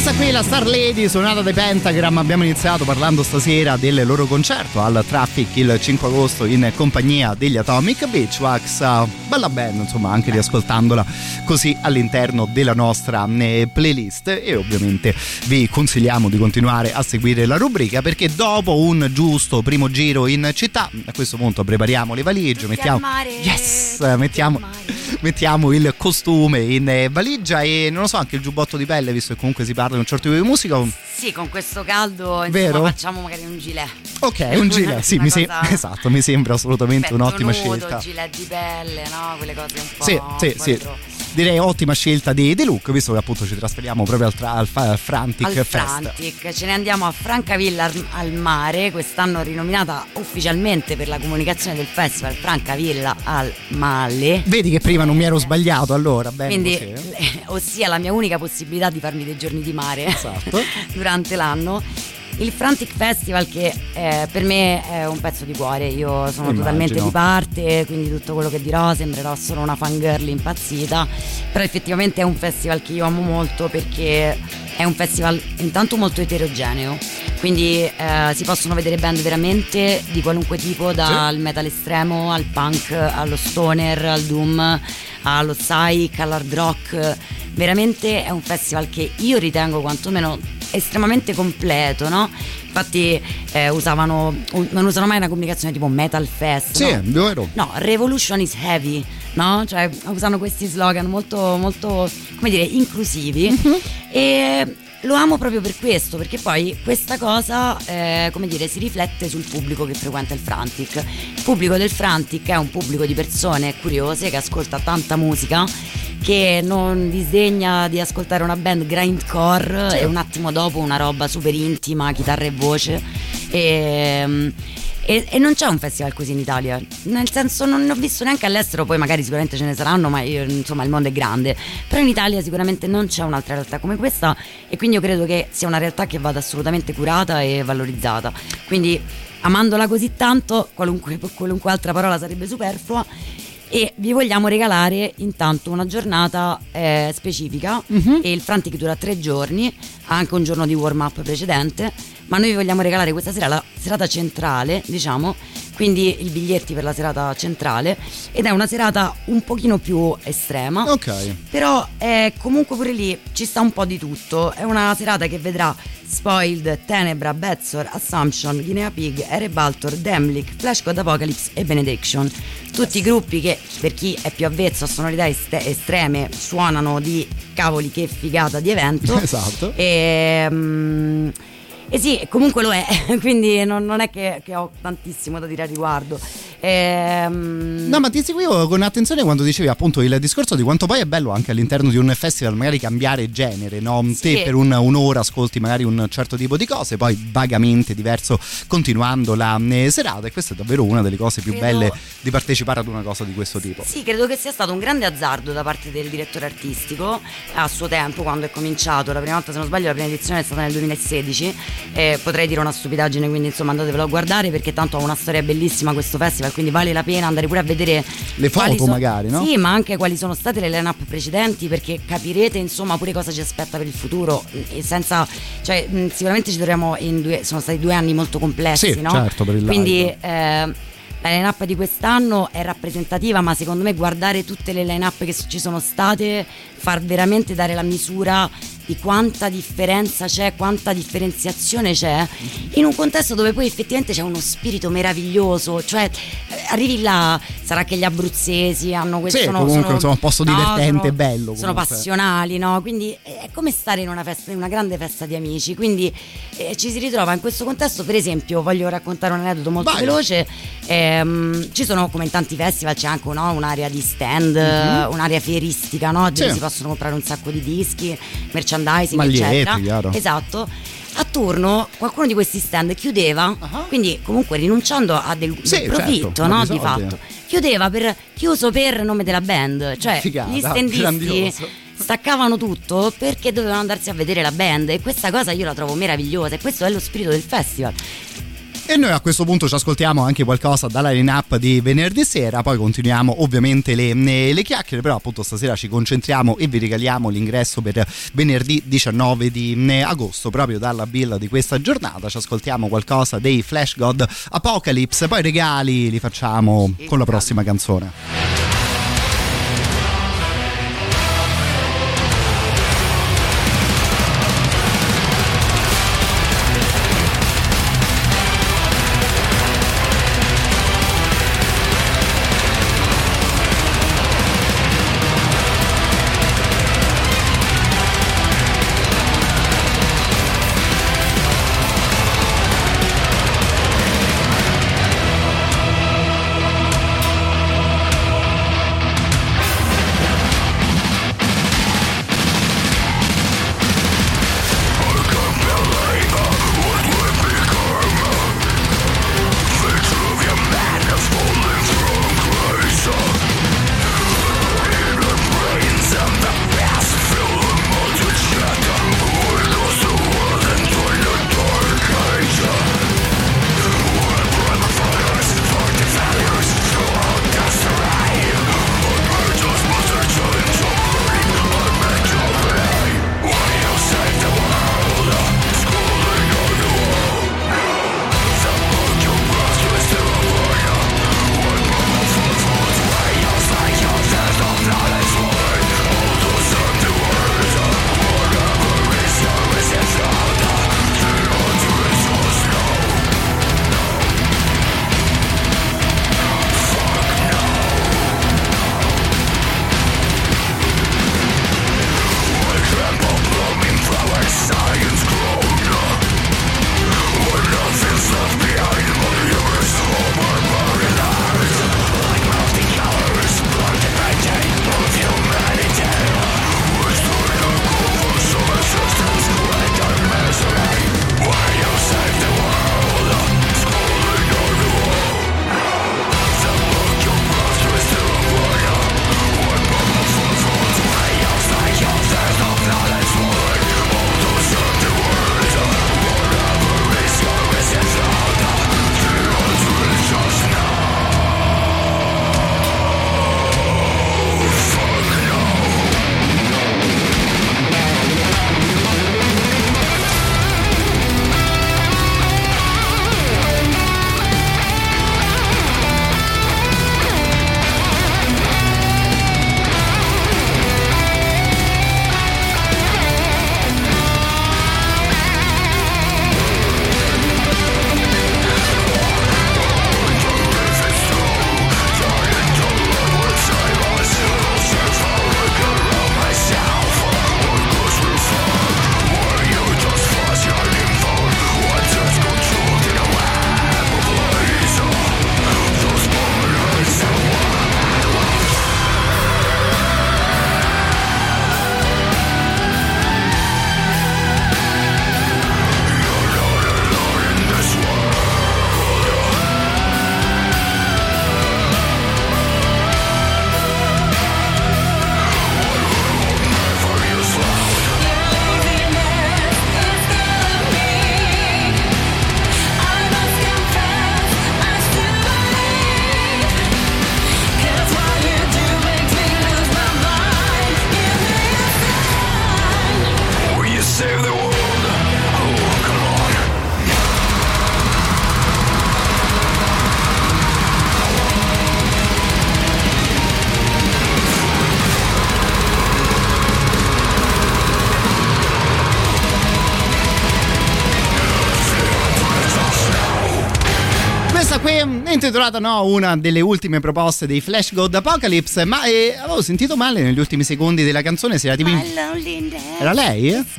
Questa qui è la Star Lady suonata dai Pentagram. Abbiamo iniziato parlando stasera del loro concerto al Traffic il cinque agosto in compagnia degli Atomic Beachwax. Bella band, insomma, anche riascoltandola così all'interno della nostra playlist. E ovviamente vi consigliamo di continuare a seguire la rubrica, perché dopo un giusto primo giro in città, a questo punto prepariamo le valigie, mettiamo, yes, mettiamo, mettiamo il costume in valigia e non lo so, anche il giubbotto di pelle, visto che comunque si parla di un certo tipo di musica. Sì, con questo caldo, insomma, vero? facciamo magari un gilet. Ok, un gilet, sì, mi sem- esatto, mi sembra assolutamente petto un'ottima nudo, scelta. Gilet di pelle, no? Quelle cose un po'. Sì, sì, sì. Direi ottima scelta di, di look, visto che appunto ci trasferiamo proprio al, tra, al, fa, al Frantic al Fest. Frantic, ce ne andiamo a Francavilla al, al mare, quest'anno rinominata ufficialmente per la comunicazione del festival Francavilla al Male. Vedi che prima non mi ero sbagliato, allora, bene. Quindi, così, eh? eh, ossia la mia unica possibilità di farmi dei giorni di mare, esatto. durante l'anno. Il Frantic Festival, che eh, per me è un pezzo di cuore, io sono Immagino. totalmente di parte, quindi tutto quello che dirò sembrerò solo una fangirl impazzita, però effettivamente è un festival che io amo molto, perché è un festival intanto molto eterogeneo, quindi eh, si possono vedere band veramente di qualunque tipo, dal sì. metal estremo al punk, allo stoner, al doom, allo psych, all'hard rock. Veramente è un festival che io ritengo quantomeno estremamente completo, no? Infatti eh, usavano non usano mai una comunicazione tipo Metal Fest, sì, no? vero. No, Revolution is heavy, no? Cioè usano questi slogan molto molto, come dire, inclusivi. Mm-hmm. E lo amo proprio per questo, perché poi questa cosa eh, come dire, si riflette sul pubblico che frequenta il Frantic. Il pubblico del Frantic è un pubblico di persone curiose che ascolta tanta musica, che non disdegna di ascoltare una band grindcore, sì. e un attimo dopo una roba super intima, chitarra e voce, e, e, e non c'è un festival così in Italia, nel senso non ne ho visto neanche all'estero, poi magari sicuramente ce ne saranno, ma io, insomma, il mondo è grande, però in Italia sicuramente non c'è un'altra realtà come questa, e quindi io credo che sia una realtà che vada assolutamente curata e valorizzata, quindi amandola così tanto qualunque, qualunque altra parola sarebbe superflua. E vi vogliamo regalare intanto una giornata eh, specifica, mm-hmm. e il Frantic dura tre giorni, ha anche un giorno di warm up precedente, ma noi vi vogliamo regalare questa sera la serata centrale, diciamo, quindi i biglietti per la serata centrale, ed è una serata un pochino più estrema, ok, però è comunque pure lì ci sta un po' di tutto. È una serata che vedrà Spoiled, Tenebra, Betzor, Assumption, Guinea Pig, Erebaltor, Demlik, Flash God Apocalypse e Benediction. Tutti i gruppi che, per chi è più avvezzo a sonorità est- estreme, suonano di cavoli che figata di evento. Esatto. E, um, e sì, comunque lo è, quindi non, non è che, che ho tantissimo da dire al riguardo. Ehm... No, ma ti seguivo con attenzione quando dicevi appunto il discorso di quanto poi è bello anche all'interno di un festival magari cambiare genere, no? Sì. Te per un, un'ora ascolti magari un certo tipo di cose, poi vagamente diverso continuando la eh, serata, e questa è davvero una delle cose più credo... belle di partecipare ad una cosa di questo tipo. Sì, credo che sia stato un grande azzardo da parte del direttore artistico a suo tempo, quando è cominciato. La prima volta, se non sbaglio, la prima edizione è stata nel duemilasedici, eh, potrei dire una stupidaggine, quindi insomma andatevelo a guardare, perché tanto ha una storia bellissima questo festival, quindi vale la pena andare pure a vedere le foto, so- magari, no? Sì, ma anche quali sono state le line-up precedenti, perché capirete insomma pure cosa ci aspetta per il futuro, e senza, cioè mh, sicuramente ci troviamo in due, sono stati due anni molto complessi, sì, no? Certo, per il quindi live. eh, la line-up di quest'anno è rappresentativa, ma secondo me guardare tutte le line-up che ci sono state far veramente dare la misura di quanta differenza c'è, quanta differenziazione c'è in un contesto dove poi effettivamente c'è uno spirito meraviglioso, cioè arrivi là, sarà che gli abruzzesi hanno questo, sì, sono, comunque sono, insomma un posto no, divertente e sono, bello comunque. Sono passionali, no? Quindi è come stare in una festa, in una grande festa di amici, quindi eh, ci si ritrova in questo contesto. Per esempio, voglio raccontare un aneddoto molto Vai. veloce. Ehm, ci sono, come in tanti festival, c'è anche, no, un'area di stand, mm-hmm. un'area fieristica, no? Dove sì. si possono comprare un sacco di dischi, merchandising, magliette, eccetera. chiaro. Esatto. A turno qualcuno di questi stand chiudeva, uh-huh. quindi comunque rinunciando a del, sì, del profitto, certo, no, di, di fatto, chiudeva per chiuso per nome della band, cioè figata, gli standisti grandioso. staccavano tutto perché dovevano andarsi a vedere la band, e questa cosa io la trovo meravigliosa, e questo è lo spirito del festival. E noi a questo punto ci ascoltiamo anche qualcosa dalla line-up di venerdì sera, poi continuiamo ovviamente le, le chiacchiere, però appunto stasera ci concentriamo e vi regaliamo l'ingresso per venerdì diciannove di agosto, proprio dalla bill di questa giornata. Ci ascoltiamo qualcosa dei Flash God Apocalypse, poi i regali li facciamo con la prossima canzone. intitolata no, una delle ultime proposte dei Flash God Apocalypse, ma eh, avevo sentito male negli ultimi secondi della canzone, se era tipo in... Era lei? Eh?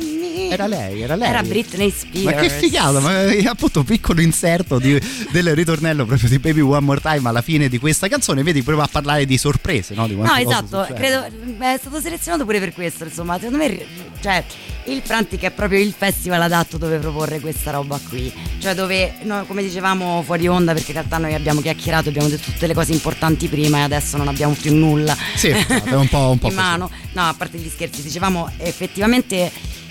Era lei, era lei. Era Britney Spears. Ma che figata, ma eh, appunto piccolo inserto di, del ritornello proprio di Baby One More Time alla fine di questa canzone, vedi, prova a parlare di sorprese, no? Di no, esatto, credo è stato selezionato pure per questo, insomma, secondo me, cioè, il Frantic è proprio il festival adatto dove proporre questa roba qui, cioè dove, no, come dicevamo fuori onda, perché in realtà noi abbiamo chiacchierato, abbiamo detto tutte le cose importanti prima e adesso non abbiamo più nulla. Sì, è un po', un po' in mano. No, a parte gli scherzi, dicevamo effettivamente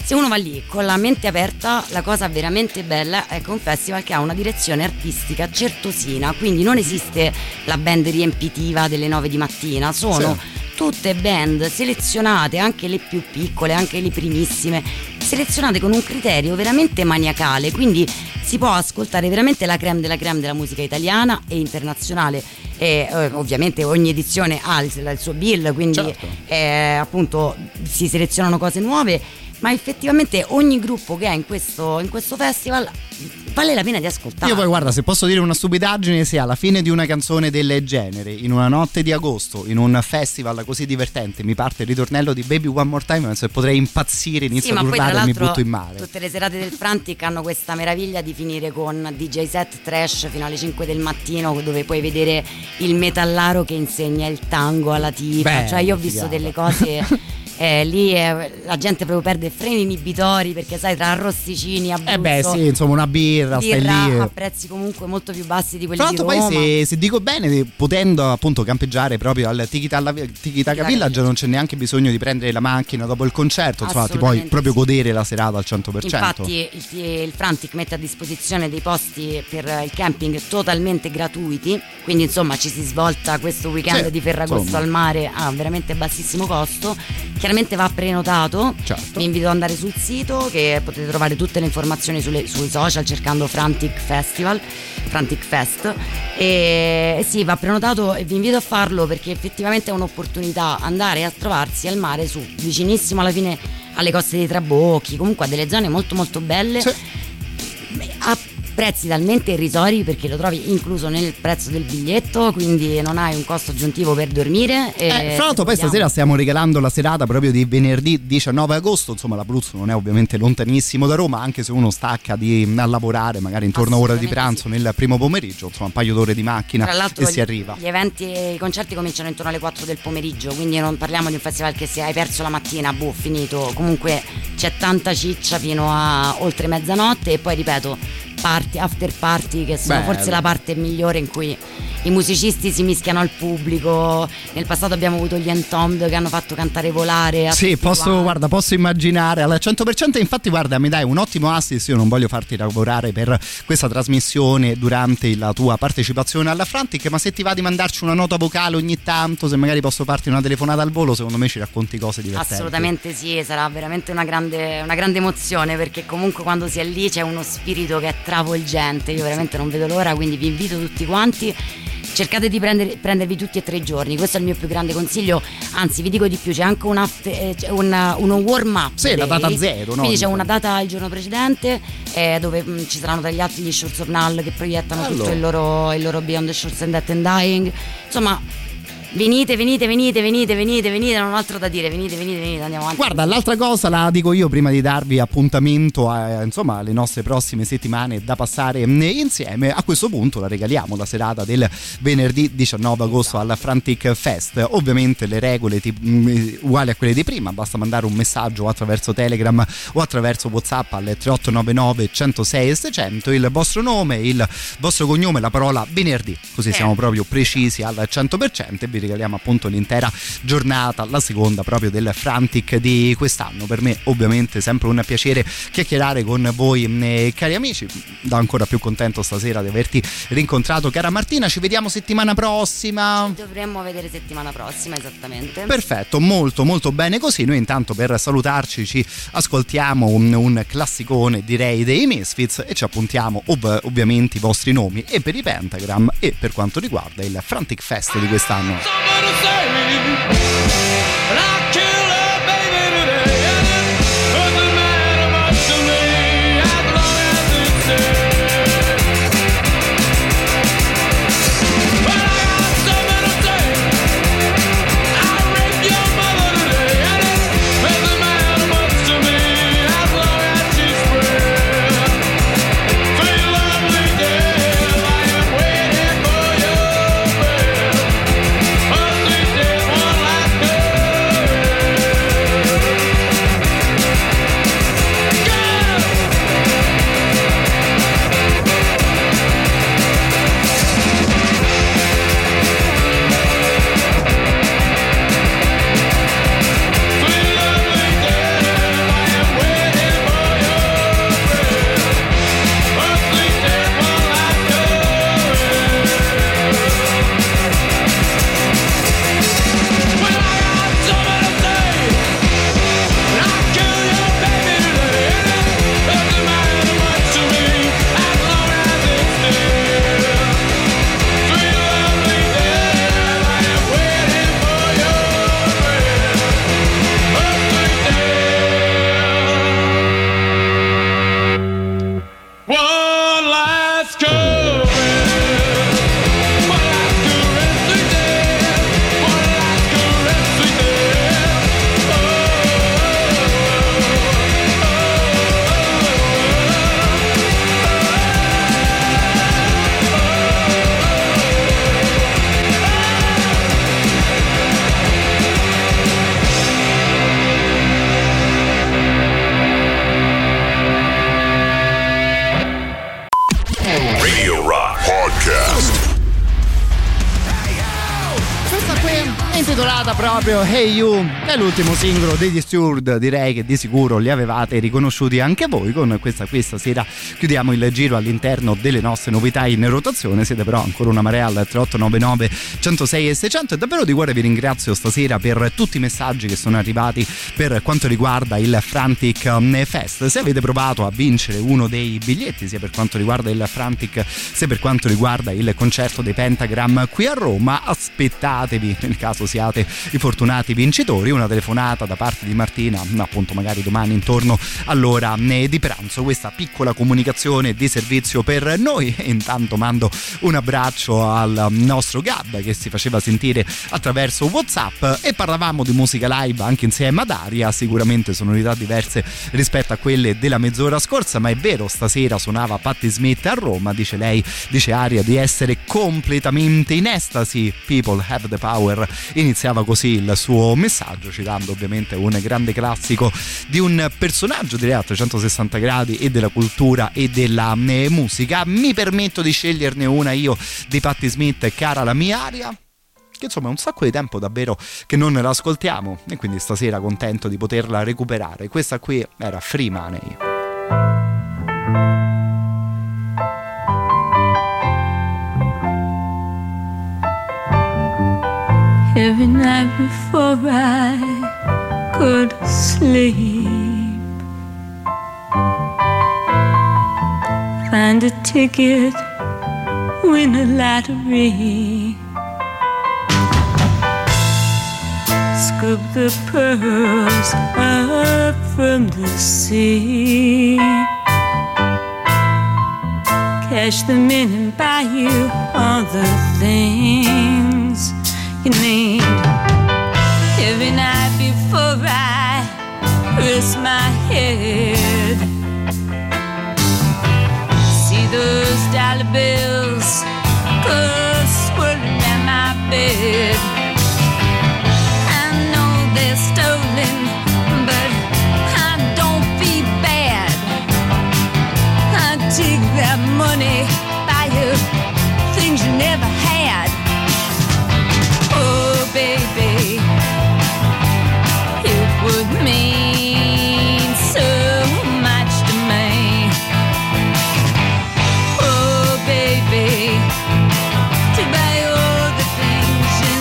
se uno va lì con la mente aperta, la cosa veramente bella è che è un festival che ha una direzione artistica certosina, quindi non esiste la band riempitiva delle nove di mattina, sono Sì. tutte band selezionate, anche le più piccole, anche le primissime, selezionate con un criterio veramente maniacale, quindi si può ascoltare veramente la creme della creme della musica italiana e internazionale. E eh, ovviamente ogni edizione ha il, il suo bill, quindi Certo. eh, appunto si selezionano cose nuove, ma effettivamente ogni gruppo che è in questo, in questo festival vale la pena di ascoltare. Io poi guarda, se posso dire una stupidaggine, se alla fine di una canzone del genere, in una notte di agosto, in un festival così divertente, mi parte il ritornello di Baby One More Time, penso che potrei impazzire, inizio Sì, ad ma poi tra urlare e mi l'altro butto in mare. tutte le serate del Frantic hanno questa meraviglia di finire con D J set trash fino alle cinque del mattino, dove puoi vedere il metallaro che insegna il tango alla tipa. Beh, cioè io ho visto figata. delle cose eh, lì eh, la gente proprio perde freni inibitori, perché sai, tra arrosticini, Abruzzo, Eh beh sì, insomma una birra, stai birra lì. a prezzi comunque molto più bassi di quelli Tra di l'altro Roma. poi se, se dico bene, potendo appunto campeggiare proprio al Tiki Taka Taka Village, non c'è neanche bisogno di prendere la macchina dopo il concerto, insomma ti puoi Assolutamente proprio sì. godere la serata al cento per cento. Infatti il, il Frantic mette a disposizione dei posti per il camping totalmente gratuiti, quindi insomma ci si svolta questo weekend Sì, di Ferragosto insomma. al mare a veramente bassissimo costo. Chiaramente va prenotato, Certo. vi invito ad andare sul sito, che potete trovare tutte le informazioni sulle- sui social cercando Frantic Festival, Frantic Fest, e sì, va prenotato e vi invito a farlo, perché effettivamente è un'opportunità andare a trovarsi al mare, su vicinissimo alla fine alle coste dei Trabocchi, comunque a delle zone molto molto belle, Sì. a prezzi talmente irrisori, perché lo trovi incluso nel prezzo del biglietto, quindi non hai un costo aggiuntivo per dormire. E Eh, fra l'altro se poi vogliamo- stasera stiamo regalando la serata proprio di venerdì diciannove agosto, insomma l'Abruzzo non è ovviamente lontanissimo da Roma, anche se uno stacca di, a lavorare magari intorno a ora di Assolutamente pranzo nel primo pomeriggio, insomma un paio d'ore di macchina Tra l'altro e si gli- arriva. Gli eventi e i concerti cominciano intorno alle quattro del pomeriggio, quindi non parliamo di un festival che se hai perso la mattina, boh, finito. Comunque c'è tanta ciccia fino a oltre mezzanotte, e poi ripeto, party, after party, che sono Bello. forse la parte migliore in cui i musicisti si mischiano al pubblico. Nel passato abbiamo avuto gli Entombed che hanno fatto cantare Volare a Sì, tutti posso, quanti. guarda, posso immaginare al cento per cento. Infatti guarda, mi dai un ottimo assist. Io non voglio farti lavorare per questa trasmissione durante la tua partecipazione alla Frantic, ma se ti va di mandarci una nota vocale ogni tanto, se magari posso farti una telefonata al volo, secondo me ci racconti cose divertenti. Assolutamente sì, sarà veramente una grande, una grande emozione, perché comunque quando si è lì c'è uno spirito che è travolgente. Io veramente non vedo l'ora, quindi vi invito tutti quanti. Cercate di prendere, prendervi tutti e tre i giorni, questo è il mio più grande consiglio. Anzi, vi dico di più, c'è anche un after, eh, c'è un, uno warm up Sì, la day. data zero, no? Quindi c'è una data il giorno precedente, eh, dove mh, ci saranno tra gli altri gli Shores of Null che proiettano Bello. tutto il loro, il loro Beyond the Shores and Death and Dying. Insomma, venite, venite, venite, venite, venite, venite, non ho altro da dire, venite, venite, venite, andiamo avanti. Guarda, l'altra cosa la dico io prima di darvi appuntamento a, insomma, alle nostre prossime settimane da passare insieme. A questo punto la regaliamo la serata del venerdì diciannove agosto alla Frantic Fest. Ovviamente le regole ti, mh, uguali a quelle di prima, basta mandare un messaggio attraverso Telegram o attraverso WhatsApp al tre otto nove nove uno zero sei seicento, il vostro nome, il vostro cognome, la parola venerdì, così Eh. siamo proprio precisi al cento per cento, e vi regaliamo appunto l'intera giornata, la seconda proprio del Frantic di quest'anno. Per me ovviamente sempre un piacere chiacchierare con voi, eh, cari amici. Da ancora più contento stasera di averti rincontrato, cara Martina. Ci vediamo settimana prossima. Dovremmo vedere settimana prossima, esattamente. Perfetto, molto molto bene così. Noi intanto per salutarci ci ascoltiamo un, un classicone, direi, dei Misfits, e ci appuntiamo ov- ovviamente i vostri nomi e per i Pentagram e per quanto riguarda il Frantic Fest di quest'anno. Waiting for your proprio Hey You, è l'ultimo singolo degli Stewart, direi che di sicuro li avevate riconosciuti anche voi. Con questa qui stasera chiudiamo il giro all'interno delle nostre novità in rotazione. Siete però ancora una marea al tre otto nove nove centosei e seicento e davvero di cuore vi ringrazio stasera per tutti i messaggi che sono arrivati per quanto riguarda il Frantic Fest. Se avete provato a vincere uno dei biglietti sia per quanto riguarda il Frantic sia per quanto riguarda il concerto dei Pentagram qui a Roma, aspettatevi, nel caso siate i fortunati vincitori, una telefonata da parte di Martina, appunto magari domani intorno all'ora di pranzo. Questa piccola comunicazione di servizio per noi, e intanto mando un abbraccio al nostro Gab che si faceva sentire attraverso WhatsApp, e parlavamo di musica live anche insieme ad Aria, sicuramente sonorità diverse rispetto a quelle della mezz'ora scorsa, ma è vero, stasera suonava Patti Smith a Roma, dice lei, dice Aria di essere completamente in estasi. People have the power, iniziava così il suo messaggio, citando ovviamente un grande classico di un personaggio direi a trecentosessanta gradi e della cultura e della eh, musica. Mi permetto di sceglierne una io di Patti Smith, Cara la mia Aria, che insomma è un sacco di tempo davvero che non l'ascoltiamo, e quindi stasera contento di poterla recuperare. Questa qui era Free Money. Every night before I go to sleep, find a ticket, win a lottery, scoop the pearls up from the sea, cash them in and buy you all the things you need. Every night before I rest my head, see those dollar bills go swirling at my bed. I know they're stolen, but I don't feel bad. I take that money, buy you things you never had. Oh baby, it would mean so much to me. Oh baby, to buy all the things you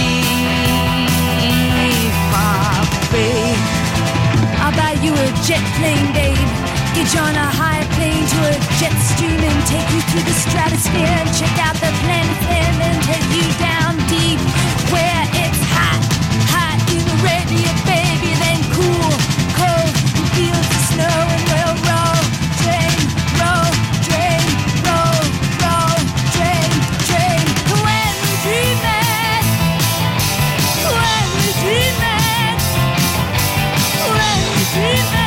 need for free. I'll buy you a jet plane, babe. Get you on a high plane to a jet stream and take you through the stratosphere and check out the planet and then take you down deep where it's hot, hot in Arabia, baby, then cool, cold in fields of snow, and we'll roll, train, roll, train, roll, roll, train, train. When we dream it, when we dream it, when we dream it.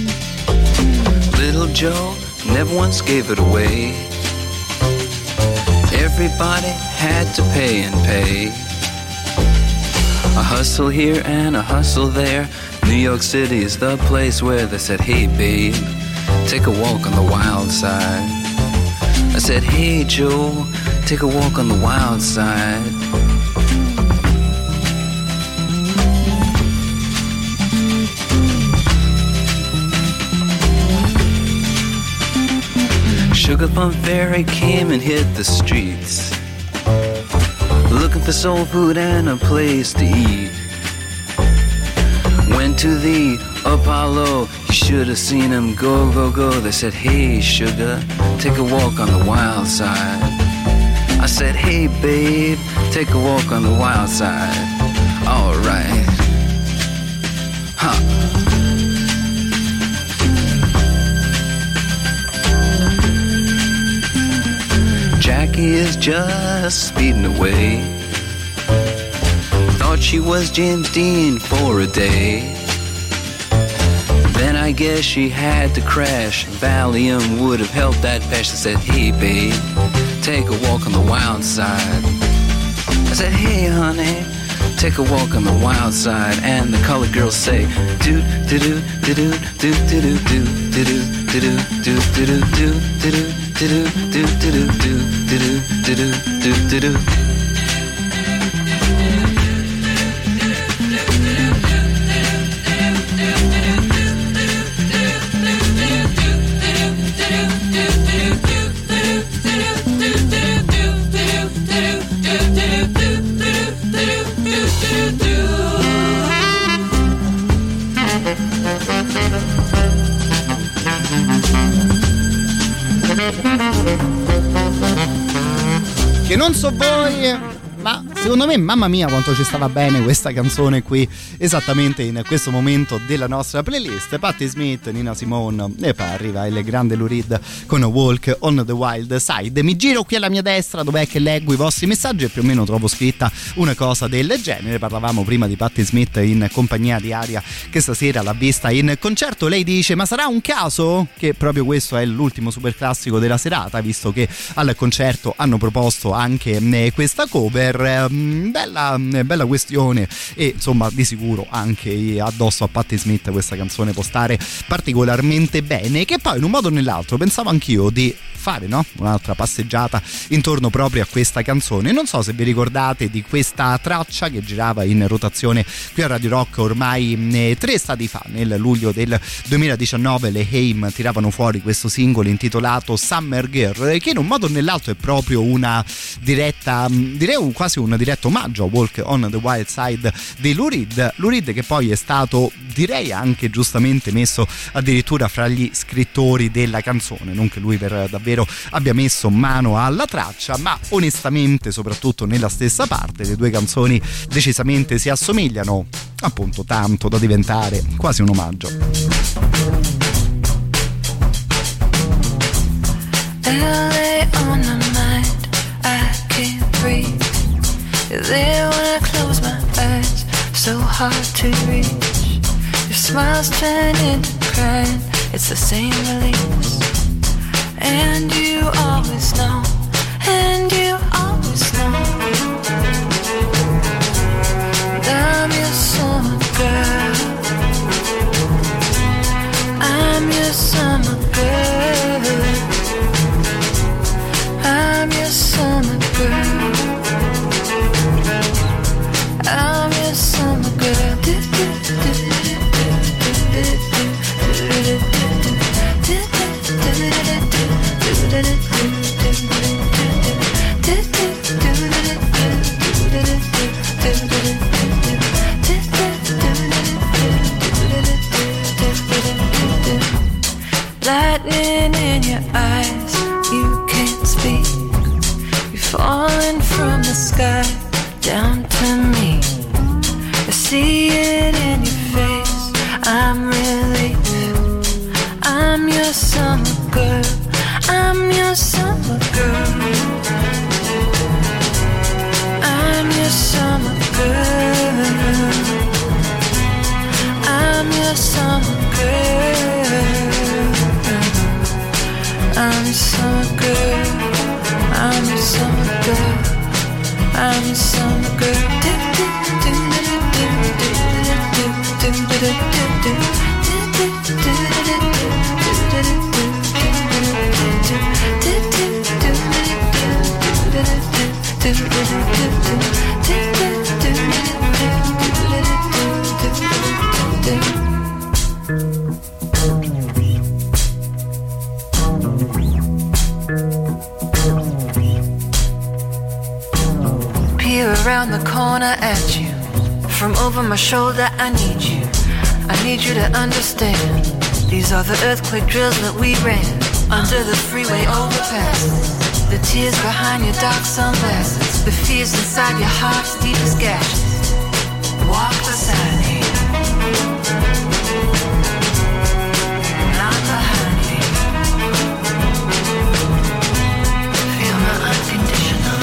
else gave it away. Everybody had to pay and pay. A hustle here and a hustle there. New York City is the place where they said, hey babe, take a walk on the wild side. I said, hey Joe, take a walk on the wild side. Sugar Plum Fairy came and hit the streets, looking for soul food and a place to eat. Went to the Apollo, you should have seen him go, go, go. They said, hey Sugar, take a walk on the wild side. I said, hey babe, take a walk on the wild side. Alright. Huh. Jackie is just speeding away. Thought she was James Dean for a day. Then I guess she had to crash. Valium would have helped that patch. I said, hey babe, take a walk on the wild side. I said, hey honey, take a walk on the wild side. And the colored girls say, do do do do do do do do do do do do do do do do do do. Do do do do do do do do do do. Che non so voi, ma secondo me, mamma mia, quanto ci stava bene questa canzone qui, esattamente in questo momento della nostra playlist. Patti Smith, Nina Simone, e poi arriva il grande Lou Reed con Walk on the Wild Side. Mi giro qui alla mia destra, dov'è che leggo i vostri messaggi, e più o meno trovo scritta una cosa del genere. Parlavamo prima di Patti Smith in compagnia di Aria, che stasera l'ha vista in concerto. Lei dice, ma sarà un caso che proprio questo è l'ultimo super classico della serata, visto che al concerto hanno proposto anche questa cover. Bella, bella questione, e insomma di sicuro anche addosso a Patti Smith questa canzone può stare particolarmente bene. Che poi in un modo o nell'altro pensavo anch'io di fare, no? Un'altra passeggiata intorno proprio a questa canzone. Non so se vi ricordate di questa traccia che girava in rotazione qui a Radio Rock ormai tre stati fa. Nel luglio del duemiladiciannove le Haim tiravano fuori questo singolo intitolato Summer Girl, che in un modo o nell'altro è proprio una diretta, direi quasi un diretto omaggio a Walk on the Wild Side di Lou Reed. Lou Reed che poi è stato, direi anche giustamente, messo addirittura fra gli scrittori della canzone. Non che lui per davvero abbia messo mano alla traccia, ma onestamente soprattutto nella stessa parte le due canzoni decisamente si assomigliano, appunto tanto da diventare quasi un omaggio. L A on my mind, I can't breathe. You're there when I close my eyes, so hard to reach. Your smiles turn into crying, it's the same release. And you always know, and you always know that I'm your summer girl. I'm your summer girl. I'm your summer girl. I'm your summer girl. Do, do, do, do, do, do, do, lightning in your eyes, you can't speak. You're falling from the sky down to me. I see it in your face, I'm relief. I'm your summer girl, I'm your summer girl. I'm your summer girl. I'm your summer girl. I'm Peer around the corner at you. From over my shoulder, I need you. I need you to understand. These are the earthquake drills that we ran under the freeway overpass. The tears behind your dark sunglasses, the fears inside your heart's deepest gashes. Walk beside me, not behind me. Feel my unconditional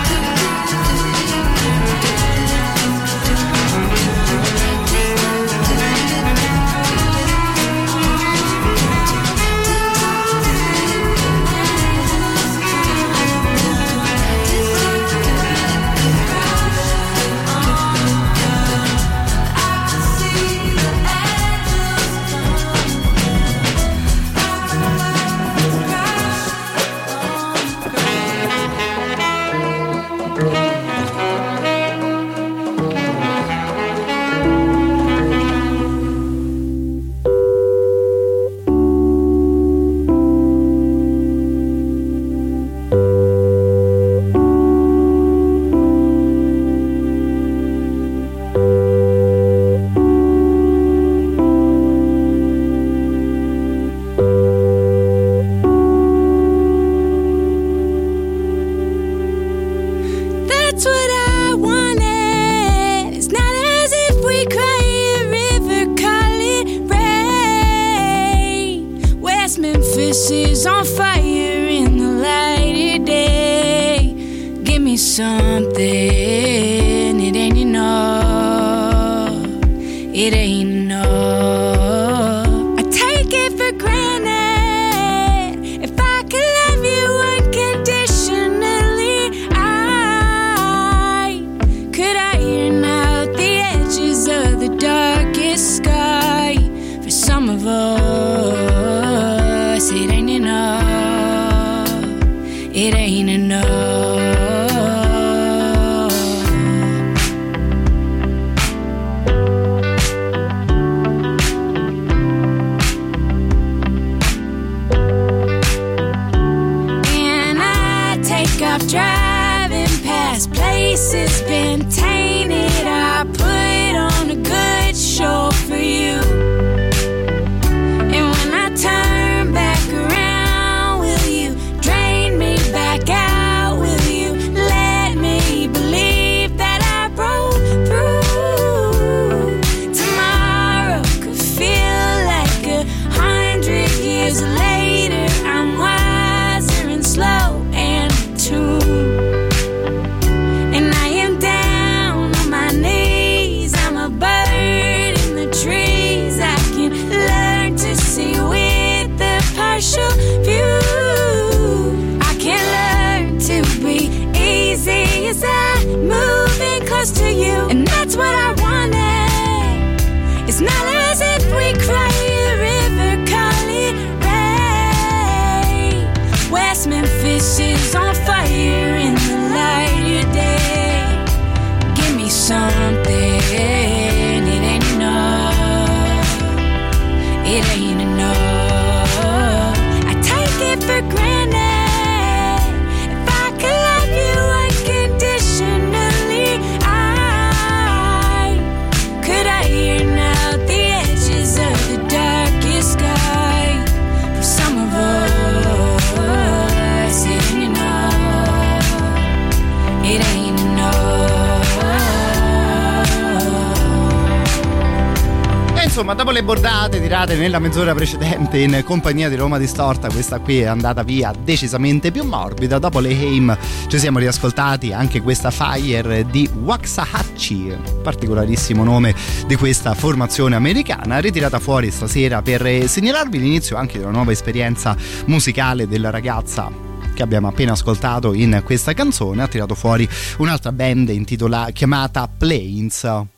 Insomma, dopo le bordate tirate nella mezz'ora precedente in compagnia di Roma Distorta, questa qui è andata via decisamente più morbida. Dopo le Haim ci siamo riascoltati anche questa Fire di Waxahachie, particolarissimo nome di questa formazione americana, ritirata fuori stasera per segnalarvi l'inizio anche di una nuova esperienza musicale della ragazza che abbiamo appena ascoltato in questa canzone. Ha tirato fuori un'altra band intitolata chiamata Plains,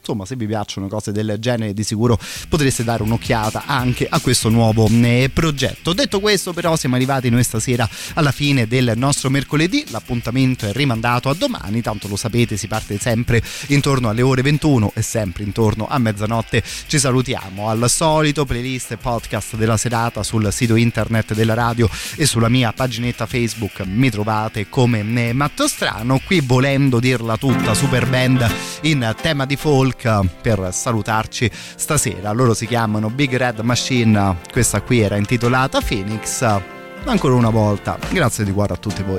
insomma, se vi piacciono cose del genere, di sicuro potreste dare un'occhiata anche a questo nuovo eh, progetto. Detto questo, però, siamo arrivati noi stasera alla fine del nostro mercoledì. L'appuntamento è rimandato a domani, tanto lo sapete, si parte sempre intorno alle ore ventuno e sempre intorno a mezzanotte. Ci salutiamo. Al solito, playlist e podcast della serata sul sito internet della radio e sulla mia paginetta Facebook mi trovate come Matto Strano. Qui, volendo dirla tutta, super band in tema di folk per salutarci stasera. Loro si chiamano Big Red Machine, questa qui era intitolata Phoenix. Ancora una volta grazie di cuore a tutti voi.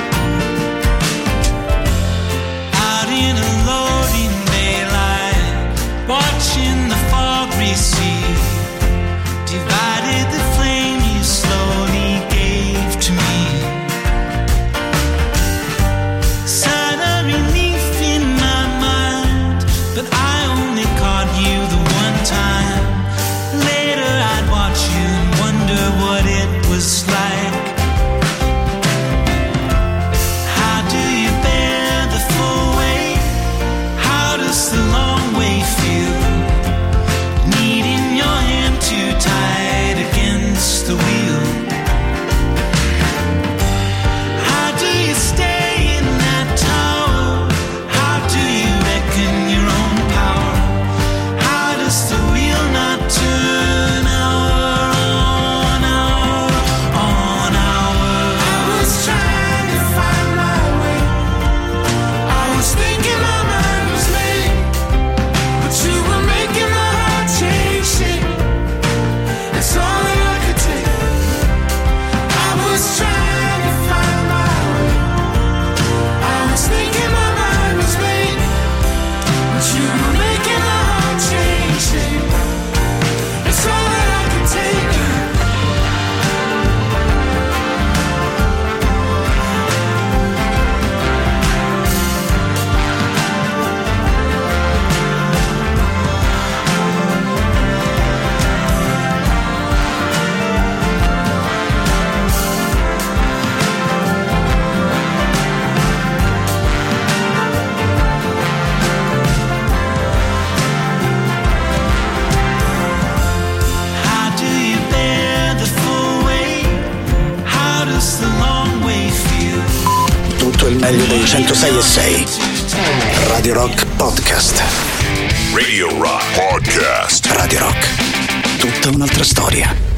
Out in a loading daylight, watching the fog recede, divided the flame you slowly gave to me. Sighed a relief in my mind, but I only caught you the one time. Later I'd watch you and wonder what it was like. How do you bear the full weight? How does the long way feel? Needing your hand too tight against the wheel. How do you stay in that tower? How do you reckon your own power? How does the wheel not turn hour on hour on hour? I was trying to find my way. I was thinking my mind was made, but you were making my heart change shape. It's all that I could take. I was trying to find my way. I was thinking my mind was made, but you were making my heart change shape. It's all that I could take. How do you bear the full weight? How does the long way feel? Tutto il meglio dei centosei e sei. Radio Rock Podcast. Radio Rock Podcast. Radio Rock. Tutta un'altra storia.